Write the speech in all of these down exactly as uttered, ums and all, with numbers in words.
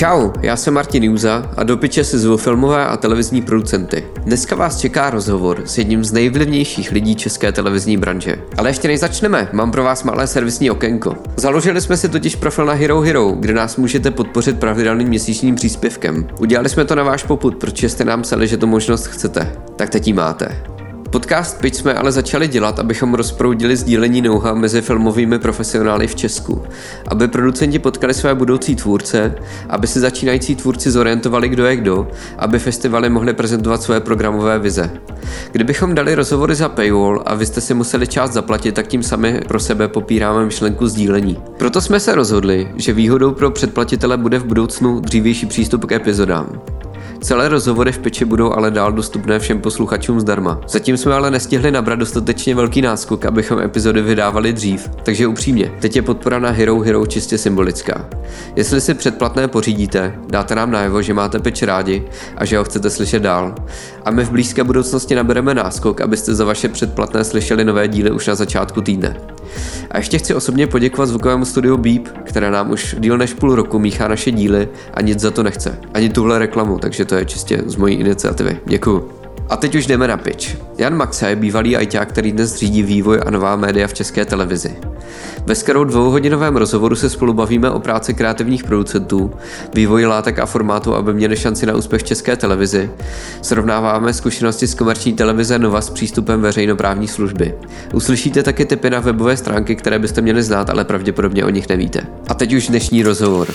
Čau, já jsem Martin Jůza a do piče si zvu filmové a televizní producenty. Dneska vás čeká rozhovor s jedním z nejvlivnějších lidí české televizní branže. Ale ještě než začneme, mám pro vás malé servisní okénko. Založili jsme si totiž profil na Hero Hero, kde nás můžete podpořit pravidelným měsíčním příspěvkem. Udělali jsme to na váš popud, protože jste nám psali, že tu možnost chcete. Tak teď ji máte. Podcast Pitch jsme ale začali dělat, abychom rozproudili sdílení know-how mezi filmovými profesionály v Česku. Aby producenti potkali své budoucí tvůrce, aby si začínající tvůrci zorientovali, kdo je kdo, aby festivaly mohly prezentovat své programové vize. Kdybychom dali rozhovory za paywall a vy jste si museli část zaplatit, tak tím sami pro sebe popíráme myšlenku sdílení. Proto jsme se rozhodli, že výhodou pro předplatitele bude v budoucnu dřívější přístup k epizodám. Celé rozhovory v Pitchi budou ale dál dostupné všem posluchačům zdarma. Zatím jsme ale nestihli nabrat dostatečně velký náskok, abychom epizody vydávali dřív, takže upřímně, teď je podpora na Hero Hero čistě symbolická. Jestli si předplatné pořídíte, dáte nám najevo, že máte Pitch rádi a že ho chcete slyšet dál. A my v blízké budoucnosti nabereme náskok, abyste za vaše předplatné slyšeli nové díly už na začátku týdne. A ještě chci osobně poděkovat zvukovému studiu Beep, které nám už díl než půl roku míchá naše díly a nic za to nechce. Ani tuhle reklamu, takže to je čistě z mojí iniciativy. Děkuju. A teď už jdeme na pitch. Jan Maxa je bývalý ajťák, který dnes řídí vývoj a nová média v České televizi. Ve skoro dvouhodinovém rozhovoru se spolu bavíme o práci kreativních producentů, vývoji látek a formátu, aby měli šanci na úspěch v České televizi. Srovnáváme zkušenosti z komerční televize Nova s přístupem veřejnoprávní služby. Uslyšíte taky tipy na webové stránky, které byste měli znát, ale pravděpodobně o nich nevíte. A teď už dnešní rozhovor.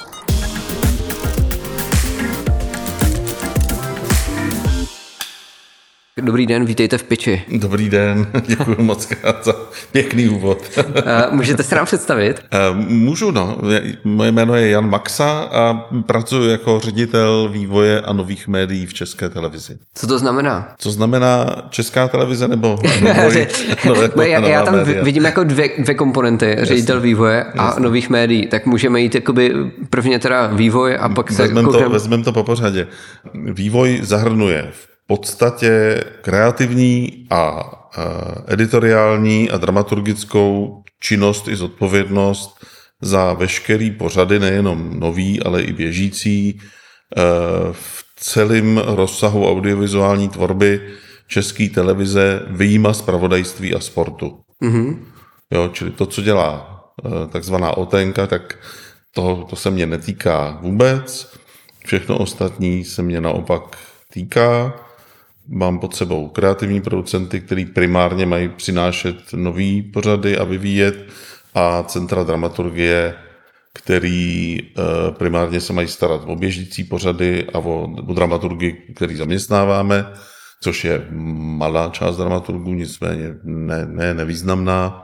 Dobrý den, vítejte v Pitchi. Dobrý den, děkuji moc krát za pěkný úvod. Můžete se nám představit? Můžu, no. Moje jméno je Jan Maxa a pracuji jako ředitel vývoje a nových médií v České televizi. Co to znamená? Co znamená Česká televize nebo vývoj? nové, já, já tam média. Vidím jako dvě, dvě komponenty, ředitel jasně, vývoje a jasně. nových médií. Tak můžeme jít jakoby prvně teda vývoj a pak se vezmeme to, vezmeme to po pořadě. Vývoj zahrnuje v podstatě kreativní a editoriální a dramaturgickou činnost i zodpovědnost za veškerý pořady, nejenom nový, ale i běžící, v celém rozsahu audiovizuální tvorby České televize vyjma zpravodajství a sportu. Mm-hmm. Jo, čili to, co dělá takzvaná oténka, tak to, to se mě netýká vůbec. Všechno ostatní se mě naopak týká. Mám pod sebou kreativní producenty, který primárně mají přinášet nový pořady a vyvíjet, a centra dramaturgie, který primárně se mají starat o běžící pořady a o, o dramaturgii, který zaměstnáváme, což je malá část dramaturgů, nicméně ne, ne nevýznamná.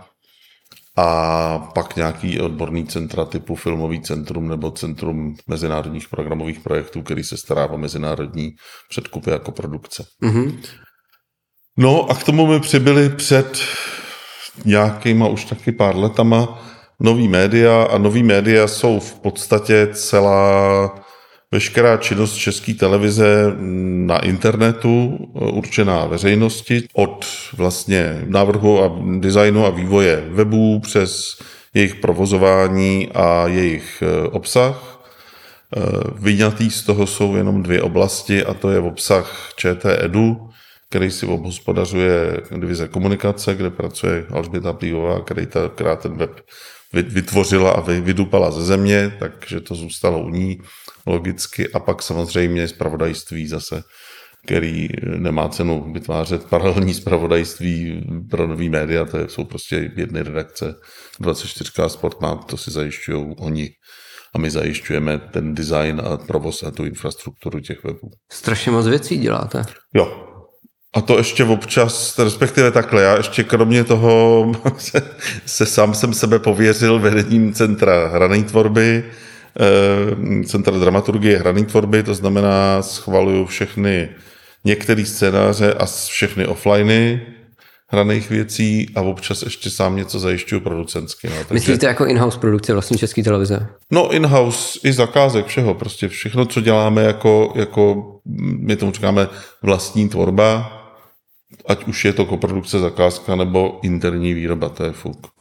A pak nějaký odborný centra typu Filmový centrum nebo Centrum mezinárodních programových projektů, který se stará o mezinárodní předkupy jako produkce. Mm-hmm. No a k tomu mi přibyly před nějakýma už taky pár letama nový média a nový média jsou v podstatě celá veškerá činnost České televize na internetu určená veřejnosti, od vlastně návrhu a designu a vývoje webů přes jejich provozování a jejich obsah. Vyňatý z toho jsou jenom dvě oblasti, a to je obsah ČT Edu, který si obhospodařuje divize komunikace, kde pracuje Alžběta Plíhová, která ten web vytvořila a vydupala ze země, takže to zůstalo u ní logicky. A pak samozřejmě zpravodajství zase, který nemá cenu vytvářet paralelní zpravodajství pro nový média, to jsou prostě jedny redakce. dvacet čtyři Sport má, to si zajišťují oni. A my zajišťujeme ten design a provoz a tu infrastrukturu těch webů. Strašně moc věcí děláte. Jo. A to ještě občas, respektive takhle, já ještě kromě toho se, se sám jsem sebe pověřil vedením Centra hrané tvorby, eh, Centra dramaturgie hrané tvorby, to znamená schvaluju všechny některé scénáře a všechny offliny hraných věcí a občas ještě sám něco zajišťuju producentsky. No, takže... Myslíte jako in-house produkce vlastně České televize? No in-house i zakázek všeho, prostě všechno, co děláme jako, jako my tomu říkáme vlastní tvorba, ať už je to koprodukce, zakázka nebo interní výroba, to je fuk.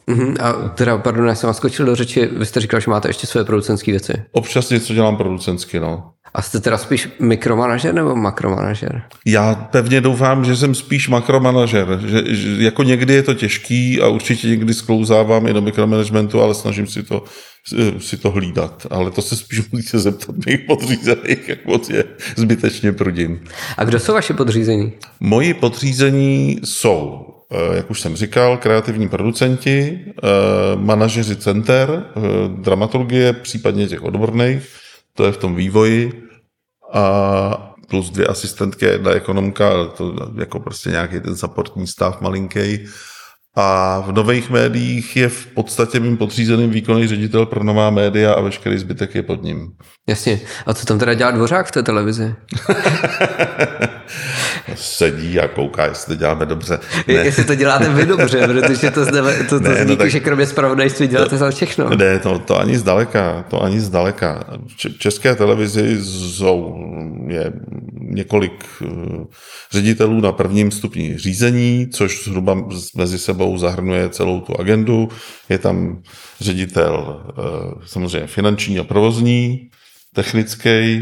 Uh-huh. A teda, pardon, já jsem vás skočil do řeči, vy jste říkal, že máte ještě své producentské věci. Občas něco dělám producentsky, no. A jste teda spíš mikromanažer nebo makromanažer? Já pevně doufám, že jsem spíš makromanažer. Že, že jako někdy je to těžký a určitě někdy sklouzávám i do mikromanagementu, ale snažím si to, si to hlídat. Ale to se spíš musíte zeptat mých podřízených, jak moc je zbytečně prudím. A kdo jsou vaši podřízení? Moji podřízení jsou, jak už jsem říkal, kreativní producenti, manažeři center, dramaturgie, případně těch odborných, to je v tom vývoji, a plus dvě asistentky, jedna ekonomka, to jako prostě nějaký ten supportní stav malinký. A v nových médiích je v podstatě mým podřízeným výkonný ředitel pro nová média a veškerý zbytek je pod ním. Jasně. A co tam teda dělá Dvořák v té televizi? Sedí a kouká, jestli to děláme dobře. Ne. Jestli to děláte vy dobře, protože to, znamená, to, to ne, zní, no tak, že kromě zpravodajství děláte za všechno. Ne, to, to ani zdaleka, to ani zdaleka. V České televizi jsou je několik ředitelů na prvním stupni řízení, což zhruba mezi sebou zahrnuje celou tu agendu. Je tam ředitel samozřejmě finanční a provozní, technický,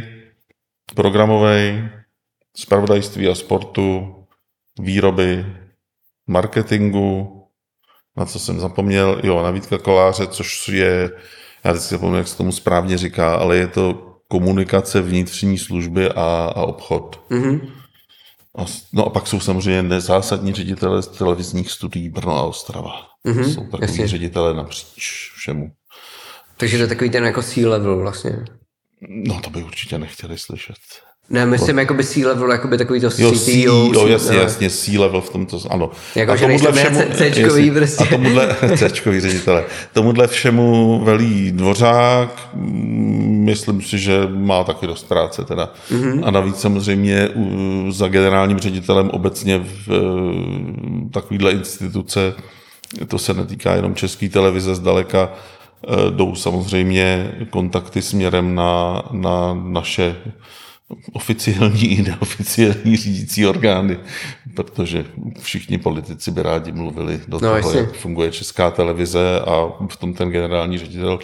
programový, zpravodajství a sportu, výroby, marketingu, na co jsem zapomněl, jo, na Vítka Koláře, což je, já vždycky zapomněl, jak se tomu správně říká, ale je to komunikace, vnitřní služby a, a obchod. Mm-hmm. A, no a pak jsou samozřejmě nezásadní ředitele z televizních studií Brno a Ostrava. Mm-hmm, jsou takový ředitele napříč všemu. Takže to je takový ten jako C-level vlastně. No to by určitě nechtěli slyšet. Ne, myslím, jakoby C-level, jakoby takový to jo, C T O. Jo, jasně, jasně, C-level v tomto, ano. Jako, že nejsme C-čkový prostě. A tomuhle, C-čkový ředitele, tomuhle všemu velí Dvořák, myslím si, že má taky dost práce teda. Mm-hmm. A navíc samozřejmě za generálním ředitelem obecně v takovýhle instituce, to se netýká jenom České televize zdaleka, jdou samozřejmě kontakty směrem na, na naše oficiální i neoficiální řídící orgány, protože všichni politici by rádi mluvili do no, toho, jasně. jak funguje Česká televize, a v tom ten generální ředitel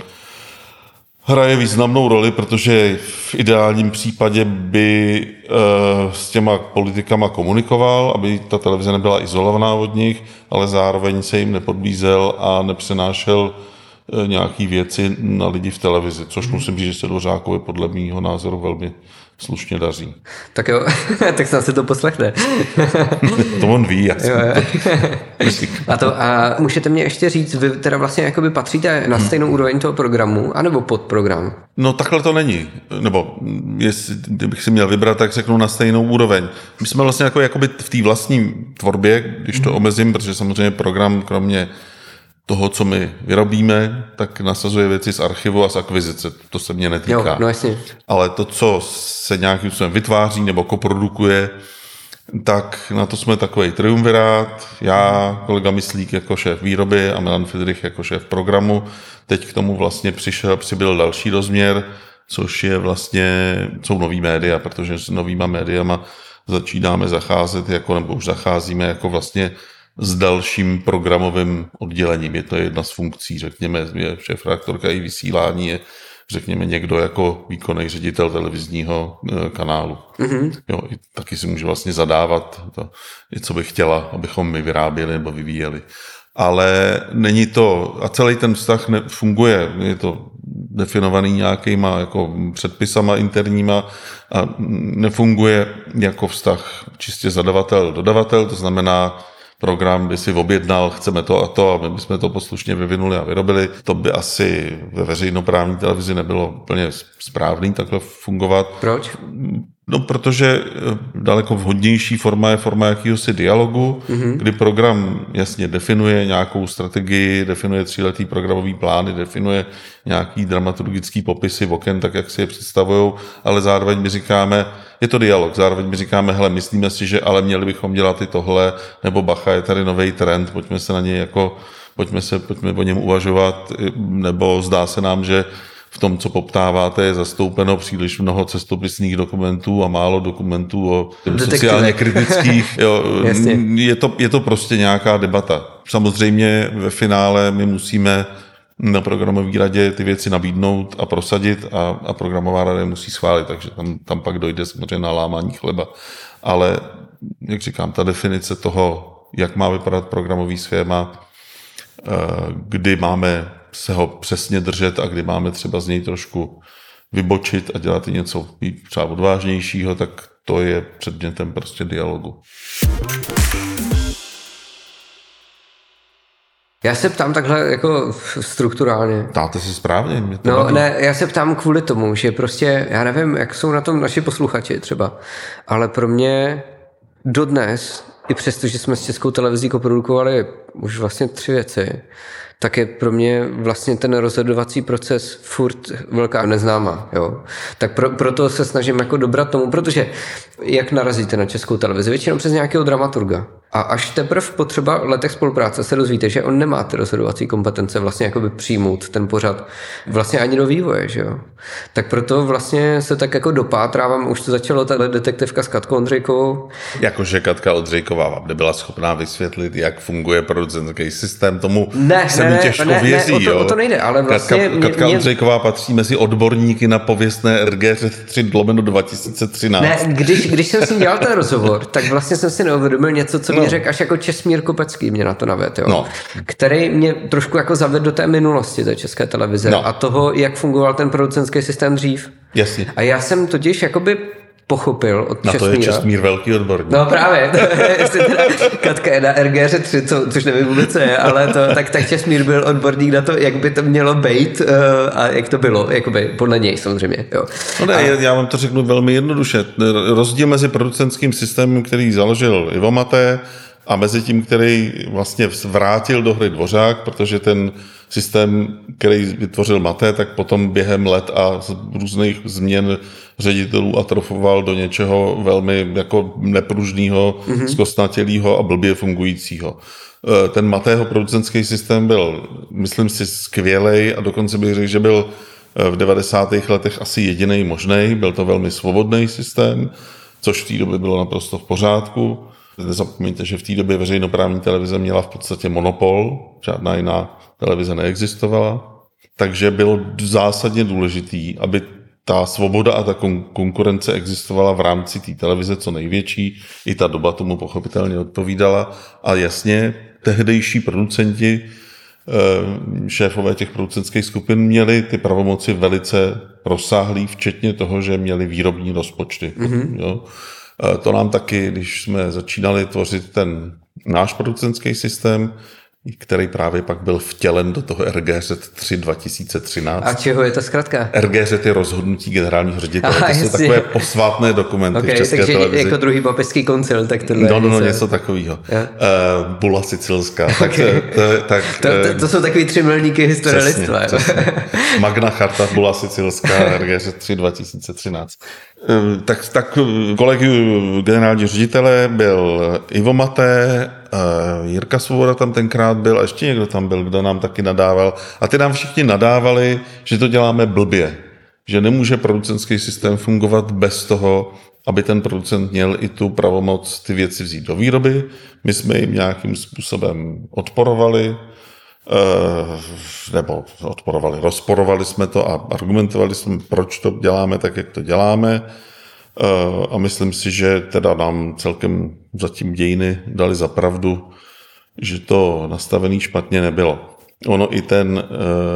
hraje významnou roli, protože v ideálním případě by uh, s těma politikama komunikoval, aby ta televize nebyla izolovaná od nich, ale zároveň se jim nepodbízel a nepřenášel uh, nějaký věci na lidi v televizi, což hmm. musím říct, že se Dvořákovi podle mýho názoru velmi slušně daří. Tak jo, tak se asi to poslechne. To on ví, já jsem jo, to... a, to, a můžete mě ještě říct, vy teda vlastně jakoby patříte na stejnou hmm. úroveň toho programu, anebo podprogram? No takhle to není. Nebo jestli bych si měl vybrat, tak řeknu na stejnou úroveň. My jsme vlastně jako, jakoby v té vlastní tvorbě, když to hmm. omezím, protože samozřejmě program kromě toho, co my vyrobíme, tak nasazuje věci z archivu a z akvizice. To se mě netýká. Jo, no jasně. Ale to, co se nějakým způsobem vytváří nebo koprodukuje, tak na to jsme takovej triumvirát. Já, kolega Myslík jako šéf výroby a Milan Fidrich jako šéf programu. Teď k tomu vlastně přišel, přibyl další rozměr, což je vlastně, jsou nový média, protože s novýma médiama začínáme zacházet, jako, nebo už zacházíme jako vlastně s dalším programovým oddělením. Je to jedna z funkcí, řekněme, je šéfredaktorka i vysílání, je, řekněme, někdo jako výkonný ředitel televizního kanálu. Mm-hmm. Jo, taky si může vlastně zadávat to, co by chtěla, abychom my vyráběli nebo vyvíjeli. Ale není to, a celý ten vztah funguje, je to definovaný nějakýma jako předpisama interníma a nefunguje jako vztah čistě zadavatel-dodavatel, to znamená, program by si objednal, chceme to a to, a my bychom to poslušně vyvinuli a vyrobili. To by asi ve veřejnoprávní televizi nebylo úplně správný takhle fungovat. Proč? No, protože daleko vhodnější forma je forma jakýhosi dialogu, mm-hmm. kdy program jasně definuje nějakou strategii, definuje tříletý programový plány, definuje nějaký dramaturgický popisy oken, tak jak si je představujou, ale zároveň my říkáme, je to dialog, zároveň my říkáme, hele, myslíme si, že ale měli bychom dělat i tohle, nebo bacha, je tady nový trend, pojďme se na něj jako, pojďme se, pojďme o něm uvažovat, nebo zdá se nám, že v tom, co poptáváte, je zastoupeno příliš mnoho cestopisných dokumentů a málo dokumentů o sociálně kritických. Jo, je, to, je to prostě nějaká debata. Samozřejmě ve finále my musíme na programové radě ty věci nabídnout a prosadit a, a programová rada musí schválit, takže tam, tam pak dojde samozřejmě na lámání chleba. Ale, jak říkám, ta definice toho, jak má vypadat programový schéma, kdy máme se ho přesně držet a kdy máme třeba z něj trošku vybočit a dělat i něco třeba odvážnějšího, tak to je předmětem prostě dialogu. Já se ptám takhle jako strukturálně. Ptáte se správně. Mě to no baví. Ne, já se ptám kvůli tomu, že prostě, já nevím, jak jsou na tom naši posluchači třeba, ale pro mě dodnes, i přesto, že jsme s Českou televizí koprodukovali už vlastně tři věci, tak je pro mě vlastně ten rozhodovací proces furt velká neznámá. Jo? Tak pro, proto se snažím jako dobrat tomu, protože jak narazíte na Českou televizi? Většinou přes nějakého dramaturga. A až teprve po třeba letech spolupráce se dozvíte, že on nemá ty rozhodovací kompetence vlastně jakoby přijmout ten pořad vlastně ani do vývoje, že jo. Tak proto vlastně se tak jako dopátrávám, už to začalo ta detektivka s Katkou Ondřejkovou. Jakože Katka Ondřejková vám nebyla schopná vysvětlit, jak funguje producentský systém, tomu ne, se ne, mu těžko ne, věří. Ne, o, to, jo. o to nejde, ale vlastně... Katka, mě, Katka mě... Ondřejková patří mezi odborníky na pověstné R G tři lomeno dva tisíce třináct. Ne, když, když jsem s ním dělal ten rozhovor, tak vlastně jsem si neuvědomil něco, co no. mě řekl až jako Česmír Kopecký, mě na to navěd, jo. No. Který mě trošku jako zavedl do té minulosti té České televize no. a toho, jak fungoval ten producentský systém dřív. Jasně. A já jsem totiž jakoby pochopil od na Česmíra. To je Česmír velký odborník. No právě, jestli teda Katka je na R G tři, co, což nevím vůbec, co je, ale to, tak, tak Česmír byl odborník na to, jak by to mělo být uh, a jak to bylo, jakoby podle něj samozřejmě. Jo. No ne, a... já vám to řeknu velmi jednoduše. Rozdíl mezi producentským systémem, který založil Ivo Maté, a mezi tím, který vlastně vrátil do hry Dvořák, protože ten systém, který vytvořil Maté, tak potom během let a různých změn ředitelů atrofoval do něčeho velmi jako nepružného, mm-hmm. zkostnatělého a blbě fungujícího. Ten Matého producentský systém byl, myslím si, skvělej a dokonce bych řekl, že byl v devadesátých letech asi jedinej možnej. Byl to velmi svobodný systém, což v té době bylo naprosto v pořádku. Nezapomeňte, že v té době veřejnoprávní televize měla v podstatě monopol, žádná jiná televize neexistovala, takže bylo zásadně důležitý, aby ta svoboda a ta konkurence existovala v rámci té televize co největší, i ta doba tomu pochopitelně odpovídala a jasně tehdejší producenti, šéfové těch producentských skupin měli ty pravomoci velice rozsáhlý, včetně toho, že měli výrobní rozpočty. Mm-hmm. Jo? To nám taky, když jsme začínali tvořit ten náš producentský systém, který právě pak byl vtělen do toho R G tři dva tisíce třináct. A čeho je to zkratka? R G je rozhodnutí generálního ředitele. Aha, to jsou jasně. Takové posvátné dokumenty okay, v České takže televizi. Jako druhý papežský koncil, tak tohle no, no, no, něco, něco takového. Uh, Bula sicilská. Tak, okay. to, tak, to, to, to jsou takový tři milníky historie lidstva. Magna Charta, Bula sicilská, R G tři dva tisíce třináct. Uh, tak, tak kolegiu generálního ředitele byl Ivo Maté, Uh, Jirka Svoboda tam tenkrát byl a ještě někdo tam byl, kdo nám taky nadával. A ty nám všichni nadávali, že to děláme blbě. Že nemůže producentský systém fungovat bez toho, aby ten producent měl i tu pravomoc ty věci vzít do výroby. My jsme jim nějakým způsobem odporovali, uh, nebo odporovali, rozporovali jsme to a argumentovali jsme, proč to děláme tak, jak to děláme. A myslím si, že teda nám celkem zatím dějiny dali za pravdu, že to nastavený špatně nebylo. Ono i ten e,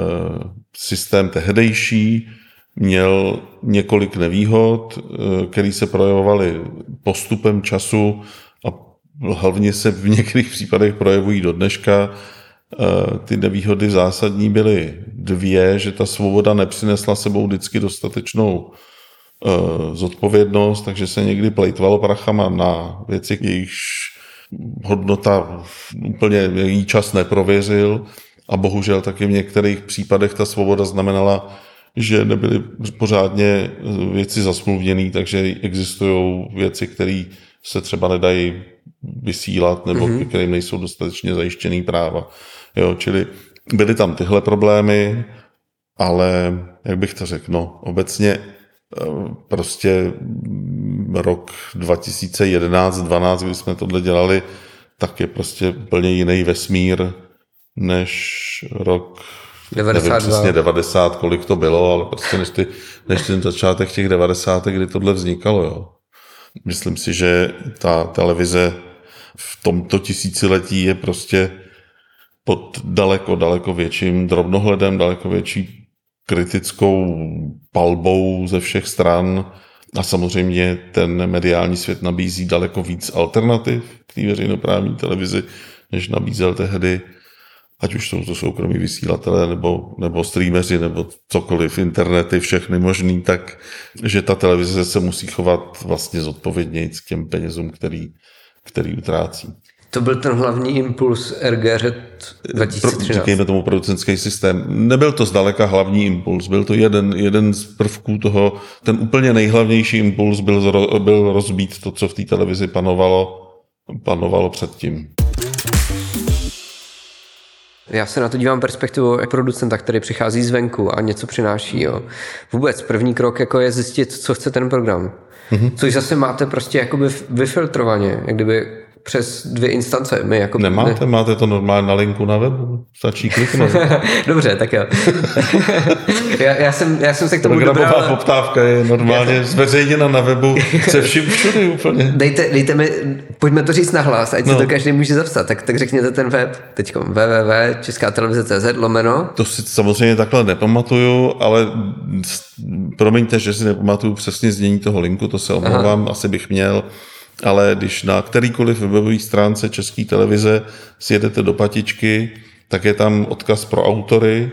systém tehdejší měl několik nevýhod, e, které se projevovaly postupem času a hlavně se v některých případech projevují do dneška. E, ty nevýhody zásadní byly dvě, že ta svoboda nepřinesla sebou vždycky dostatečnou zodpovědnost, takže se někdy plejtvalo prachama na věci, jejichž hodnota úplně její čas neprověřil a bohužel taky v některých případech ta svoboda znamenala, že nebyly pořádně věci zasmluvněný, takže existují věci, které se třeba nedají vysílat nebo mm-hmm. kterým nejsou dostatečně zajištěný práva. Jo, čili byly tam tyhle problémy. ale jak bych to řekl, no, obecně prostě rok dva tisíce jedenáct dvanáct, kdy jsme tohle dělali, tak je prostě úplně jiný vesmír než rok devadesát dva. Nevím přesně devadesát, kolik to bylo, ale prostě než, ty, než ten začátek těch devadesátek, kdy tohle vznikalo. Jo. Myslím si, že ta televize v tomto tisíciletí je prostě pod daleko, daleko větším drobnohledem, daleko větší kritickou palbou ze všech stran a samozřejmě ten mediální svět nabízí daleko víc alternativ k té veřejnoprávní televizi, než nabízel tehdy, ať už jsou to soukromí vysílatelé nebo, nebo streameři nebo cokoliv, internety, všechny možný, tak že ta televize se musí chovat vlastně zodpovědněji k těm penězům, který, který utrácí. To byl ten hlavní impuls R G R dva tisíce třináct. Říkejme tomu producentský systém. Nebyl to zdaleka hlavní impuls, byl to jeden, jeden z prvků toho, ten úplně nejhlavnější impuls byl, byl rozbít to, co v té televizi panovalo, panovalo předtím. Já se na to dívám perspektivou producenta, který přichází zvenku a něco přináší. Jo. Vůbec první krok jako je zjistit, co chce ten program. Mm-hmm. Což zase máte prostě jakoby vyfiltrovaně, jak kdyby přes dvě instance. My jako Nemáte, ne... máte to normálně na linku na webu, stačí kliknout. Dobře, tak jo. já, já, jsem, já jsem se k tomu Programová dobral... poptávka je normálně já... zveřejněna na webu, se vším všude úplně. Dejte, dejte mi, pojďme to říct nahlas, ať no. si to každý může zapsat, tak, tak řekněte ten web, teďko w w w tečka česká televize tečka cz lomeno. To si samozřejmě takhle nepamatuju, ale promiňte, že si nepamatuju přesně znění toho linku, to se omlouvám, Aha. asi bych měl. Ale když na kterýkoliv webové stránce České televize sjedete do patičky, tak je tam odkaz pro autory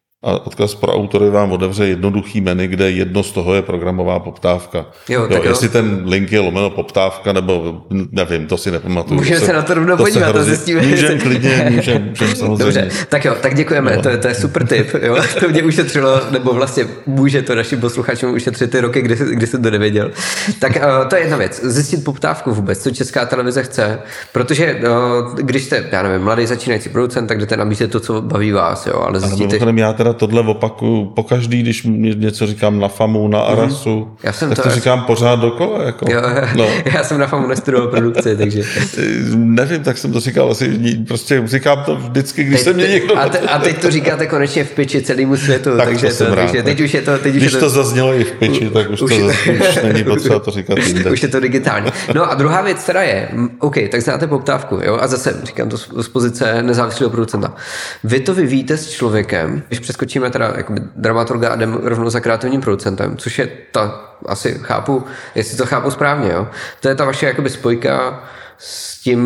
a odkaz pro autory vám otevře jednoduchý menu, kde jedno z toho je programová poptávka. Jo, jo, jestli jo. ten link je lomeno poptávka, nebo nevím, to si nepamatuju. Můžeme se, se na to rovnou podívat, to zjistíme. Můžeme klidně, můžeme můžem samozřejmě. Dobře, tak jo, tak děkujeme, to je, to je super tip. Jo? To mě ušetřilo, nebo vlastně může to našim posluchačům ušetřit ty roky, kdy, kdy jsem to nevěděl. Tak uh, to je jedna věc, zjistit poptávku vůbec, co Česká televize chce, protože uh, když jste, já nevím, mladý začínající producent, tak jdete nabízet to, co baví vás, jo, ale zjistíte... Ale tohle opakuju pokaždý, když něco říkám na FAMu, na Arasu, mm. já jsem tak to, to říkám já... pořád dokola. Jako. Jo, no. Já jsem na FAMu nestudoval produkci, takže... Nevím, tak jsem to říkal asi, prostě říkám to vždycky, když teď, se mě někdo... A, te, a teď to říkáte konečně v piči celému světu, tak takže, to to, rád, takže teď už je to... Teď už když je to... to zaznělo i v piči, tak už, už to zase, už není potřeba to říkat jinde. Už je to digitální. No a druhá věc teda je, OK, tak znáte poptávku, jo, a zase říkám to z pozice nezávislého producenta. Vy to vyvíjíte s člověkem, když přeskočíme teda jakoby dramaturga a jdem rovnou za kreativním producentem, což je ta, asi chápu, jestli to chápu správně, jo. To je ta vaše jakoby spojka s tím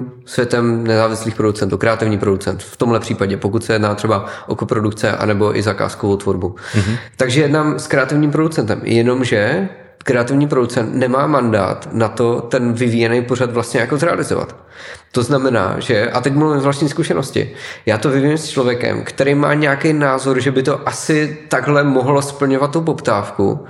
světem nezávislých producentů, kreativní producent, v tomhle případě, pokud se jedná třeba o koprodukce anebo i zakázkovou tvorbu. Mm-hmm. Takže jednám s kreativním producentem, jenomže kreativní producent nemá mandát na to ten vyvíjený pořad vlastně jako zrealizovat. To znamená, že, a teď mluvím z vlastní zkušenosti, já to vyvíjím s člověkem, který má nějaký názor, že by to asi takhle mohlo splňovat tu poptávku,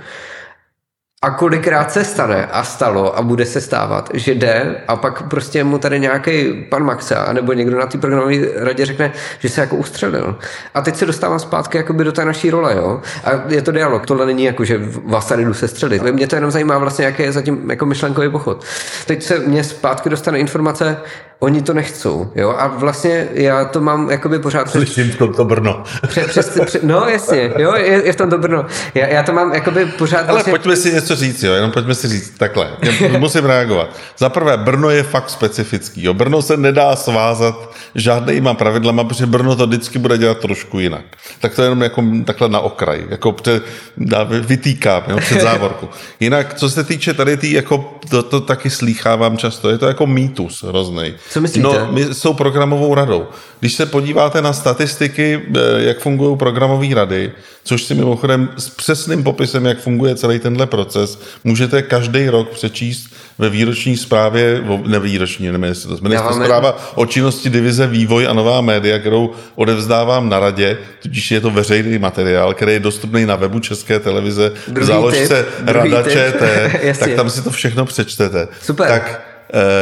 a kolikrát se stane a stalo a bude se stávat, že jde a pak prostě mu tady nějaký pan Maxa anebo někdo na té programové radě řekne, že se jako ustřelil. A teď se dostávám zpátky jakoby do té naší role, jo. A je to dialog, tohle není jako, že vás tady jdu se střelit. Mě to jenom zajímá vlastně, jaký je zatím jako myšlenkový pochod. Teď se mě zpátky dostane informace, oni to nechcou, jo. A vlastně já to mám jakoby pořád... Přes... Slyším v tomto Brno. Přes, přes, přes, no jasně, jo, je, je v tomto Brno. Já, já to mám jakoby pořád vlastně... Ale pojďme si něco říct, jo, jenom pojďme si říct takhle. Já musím reagovat. Za prvé, Brno je fakt specifický, jo. Brno se nedá svázat žádnýma pravidlama, protože Brno to vždycky bude dělat trošku jinak. Tak to je jenom jako takhle na okraj, jako před, vytýkám, jo, před závorku. Jinak, co se týče tady tý, jako to, to taky slýchávám často, je to jako mýtus hroznej. Co myslíte? No, my s tou programovou radou. Když se podíváte na statistiky, jak fungují programové rady, což si mimochodem s přesným popisem, jak funguje celý tenhle proces, můžete každý rok přečíst ve výroční zprávě, ne výroční, nevím, jestli to jmenuje zpráva o činnosti divize Vývoj a nová média, kterou odevzdávám na radě, tudíž je to veřejný materiál, který je dostupný na webu České televize, v záložce Rada ČT, tak tam si to všechno přečtete. Super. Tak eh,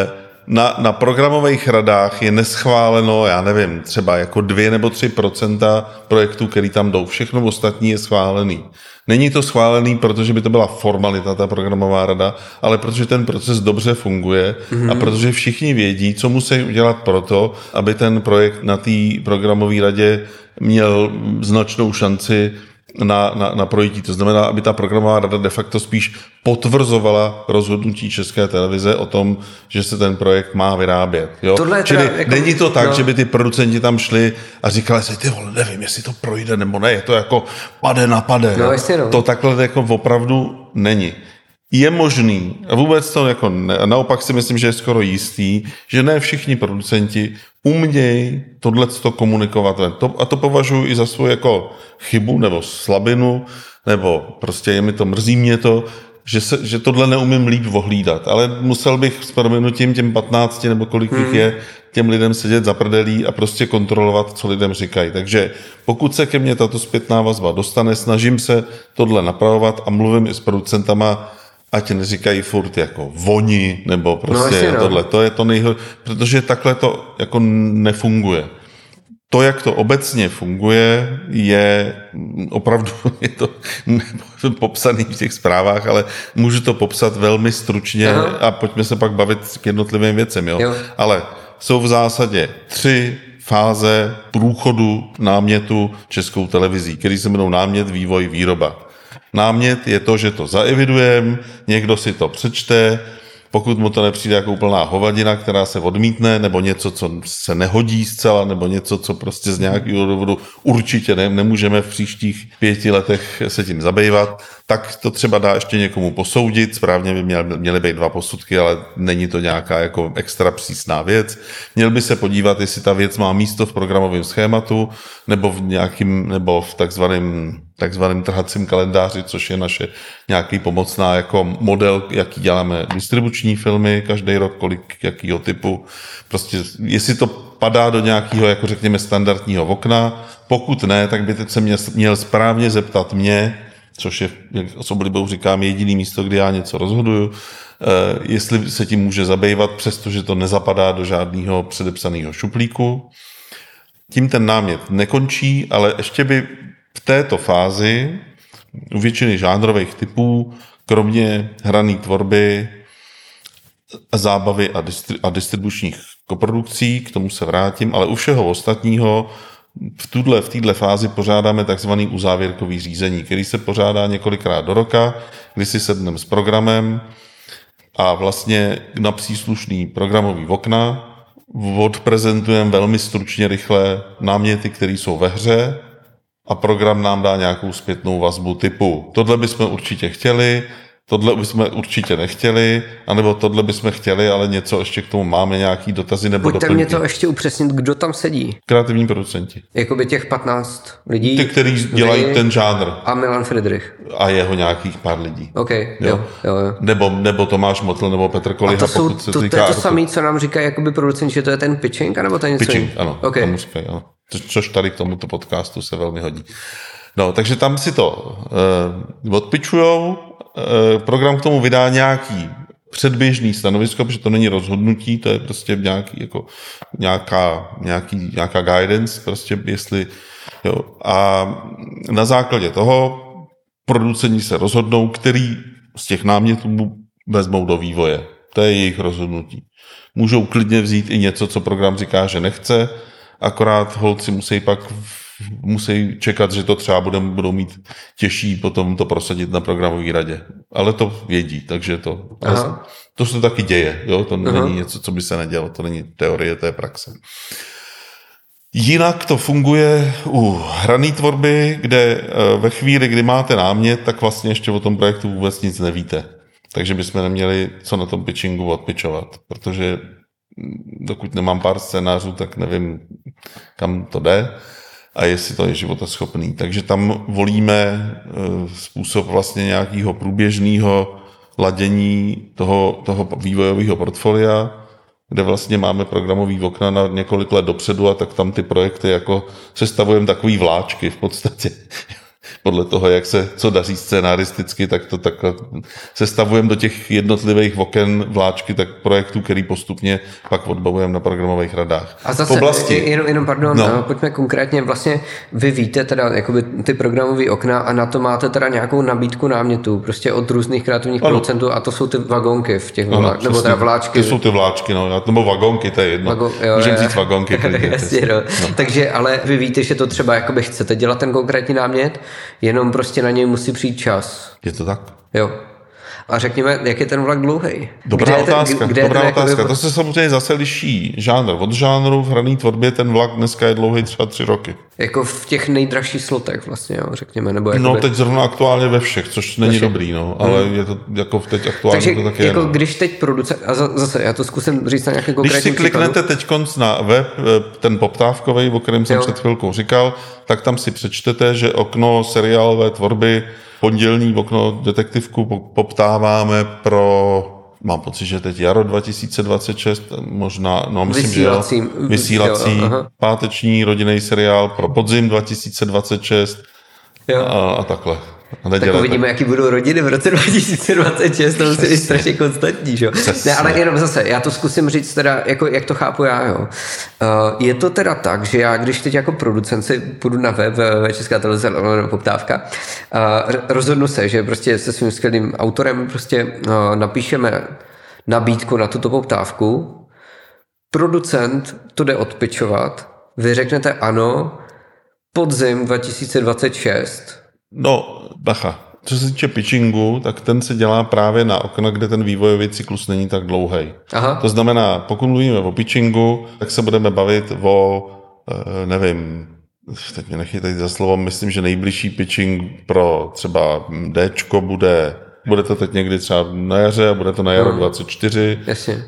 na, na programových radách je neschváleno, já nevím, třeba jako dvě nebo tři procenta projektů, který tam jdou. Všechno ostatní je schválený. Není to schválený, protože by to byla formalita, ta programová rada, ale protože ten proces dobře funguje mm-hmm. a protože všichni vědí, co musí udělat pro to, aby ten projekt na té programové radě měl značnou šanci na, na, na projití. To znamená, aby ta programová rada de facto spíš potvrzovala rozhodnutí České televize o tom, že se ten projekt má vyrábět. Jo? Čili jako, není to tak, no. že by ty producenti tam šli a říkali si, ty vole, nevím, jestli to projde nebo ne, je to jako pade na pade. No, jestli, no. To takhle jako opravdu není. Je možný, a vůbec to jako ne, naopak si myslím, že je skoro jistý, že ne všichni producenti umějí tohleto komunikovat. To, a to považuji i za svou jako chybu nebo slabinu, nebo prostě je mi to, mrzí mě to, že, se, že tohle neumím líp ohlídat. Ale musel bych s prominutím těm patnácti nebo kolik jich hmm. je, těm lidem sedět za prdelí a prostě kontrolovat, co lidem říkají. Takže pokud se ke mně tato zpětná vazba dostane, snažím se tohle napravovat a mluvím i s producentama, ať neříkají furt jako voni, nebo prostě no, tohle. To je to nejhorší, protože takhle to jako nefunguje. To, jak to obecně funguje, je opravdu, je to popsaný v těch zprávách, ale můžu to popsat velmi stručně Aha. a pojďme se pak bavit k jednotlivým věcem. Jo? Jo. Ale jsou v zásadě tři fáze průchodu námětu Českou televizí, který se jmenou námět, vývoj, výroba. Námět je to, že to zaevidujeme, někdo si to přečte, pokud mu to nepřijde jako úplná hovadina, která se odmítne, nebo něco, co se nehodí zcela, nebo něco, co prostě z nějakého důvodu určitě ne, nemůžeme v příštích pěti letech se tím zabývat, tak to třeba dá ještě někomu posoudit. Správně by měl, měly být dva posudky, ale není to nějaká jako extra přísná věc. Měl by se podívat, jestli ta věc má místo v programovém schématu, nebo v nějakým, nebo v takzvaném takzvaným trhacím kalendáři, což je naše nějaký pomocná jako model, jaký děláme distribuční filmy každý rok, kolik jakýho typu. Prostě jestli to padá do nějakého, jako řekněme, standardního okna, pokud ne, tak by se mě, měl správně zeptat mě, což je, jak s oblibou říkám, jediný místo, kde já něco rozhoduju, jestli se tím může zabývat, přestože to nezapadá do žádného předepsaného šuplíku. Tím ten námět nekončí, ale ještě by v této fázi u většiny žánrových typů, kromě hrané tvorby, zábavy a, distri- a distribučních koprodukcí, k tomu se vrátím, ale u všeho ostatního v této v této fázi pořádáme takzvaný uzávěrkový řízení, který se pořádá několikrát do roka, kdy si sedneme s programem a vlastně na příslušný programový okna odprezentujeme velmi stručně rychle náměty, které jsou ve hře, a program nám dá nějakou zpětnou vazbu typu tohle bychom určitě chtěli, tohle bychom určitě nechtěli, anebo tohle bychom chtěli, ale něco ještě k tomu máme, nějaký dotazy nebo doplňky. Pojďte mě to ještě upřesnit, kdo tam sedí. Kreativní producenti. Jakoby těch patnáct lidí. Ty, kteří dělají vy, ten žánr. A Milan Friedrich. A jeho nějakých pár lidí. OK, jo, jo, jo. Nebo, nebo Tomáš Motl, nebo Petr Koliha. A to, jsou, to, to je to jako samé, co nám říkají jakoby producenti, že to je ten pitching, anebo to je něco? Pitching, ano. Okay. Tomu říkají, ano. Což tady k tomuto podcastu se velmi hodí. No, takže tam si to uh, odpičujou, uh, program k tomu vydá nějaký předběžný stanovisko, protože to není rozhodnutí, to je prostě nějaký, jako, nějaká, nějaký, nějaká guidance, prostě jestli, jo. A na základě toho producenti se rozhodnou, který z těch námětů vezmou do vývoje. To je jejich rozhodnutí. Můžou klidně vzít i něco, co program říká, že nechce, akorát holci musí pak musí čekat, že to třeba budou, budou mít těžší potom to prosadit na programové radě. Ale to vědí, takže to, to se taky děje. Jo? To Aha. není něco, co by se nedělo, to není teorie, to je praxe. Jinak to funguje u hrané tvorby, kde ve chvíli, kdy máte námět, tak vlastně ještě o tom projektu vůbec nic nevíte. Takže bychom neměli co na tom pitchingu odpičovat, protože dokud nemám pár scénářů, tak nevím, kam to jde a jestli to je životaschopný. Takže tam volíme způsob vlastně nějakého průběžného ladění toho, toho vývojového portfolia, kde vlastně máme programový okna na několik let dopředu a tak tam ty projekty jako sestavujeme takový vláčky v podstatě. podle toho, jak se co daří scénaristicky, tak to takhle sestavujeme do těch jednotlivých oken vláčky tak projektů, který postupně pak odbavujeme na programových radách. A zase, oblasti, jenom, jenom pardon, no. pojďme konkrétně, vlastně vy víte teda jakoby ty programové okna a na to máte teda nějakou nabídku námětů, prostě od různých kreativních ano. producentů a to jsou ty vagonky v těch vláčkách, nebo teda vláčky. To jsou ty vláčky, no, nebo vagonky, to je jedno. Vago, Můžeme říct vagonky. Jasně, no. No. Takže, ale vy víte, že to třeba jakoby chcete dělat ten konkrétní námět, jenom prostě na něj musí přijít čas. Je to tak? Jo. A řekněme, jak je ten vlak dlouhý? Dobrá kde otázka, ten, kde dobrá ten, otázka. Jakoby... To se samozřejmě zase liší žánr od žánru. V hrané tvorbě ten vlak dneska je dlouhý třeba tři roky. Jako v těch nejdražších slotech vlastně, jo, řekněme. Nebo jakoby... No teď zrovna aktuálně ve všech, což není všech. dobrý, no, ale hmm. je to jako teď aktuálně Takže to taky jako je. No. Když teď producent, a zase já to zkusím říct na nějaký konkrétní Když si kliknete teďkonc na web, ten poptávkový, o kterém jsem jo. před chvilkou říkal, tak tam si přečtete, že okno seriálové tvorby pondělní okno detektivku poptáváme pro, mám pocit, že teď jaro dva tisíce dvacet šest, možná, no myslím, vysílací, že jo, vysílací, jo, páteční rodinný seriál pro podzim dva tisíce dvacet šest a, a takhle. A tak uvidíme, jaký budou rodiny v roce dva tisíce dvacet šest, to musí být strašně konstantní, že? Ne, ale jenom zase, já to zkusím říct teda, jako, jak to chápu já, jo. Uh, je to teda tak, že já, když teď jako producent si půjdu na web, ve Česká televize, nebo poptávka, uh, rozhodnu se, že prostě se svým skvělým autorem prostě uh, napíšeme nabídku na tuto poptávku, producent to jde odpičovat, vy řeknete ano, podzim dva tisíce dvacet šest. No, bacha. Co se týče pitchingu, tak ten se dělá právě na okna, kde ten vývojový cyklus není tak dlouhý. To znamená, pokud mluvíme o pitchingu, tak se budeme bavit o, nevím, teď mě nechytejte za slovo, myslím, že nejbližší pitching pro třeba Dčko bude, bude to teď někdy třeba na jaře a bude to na jaro hmm. dvacet čtyři. Jasně.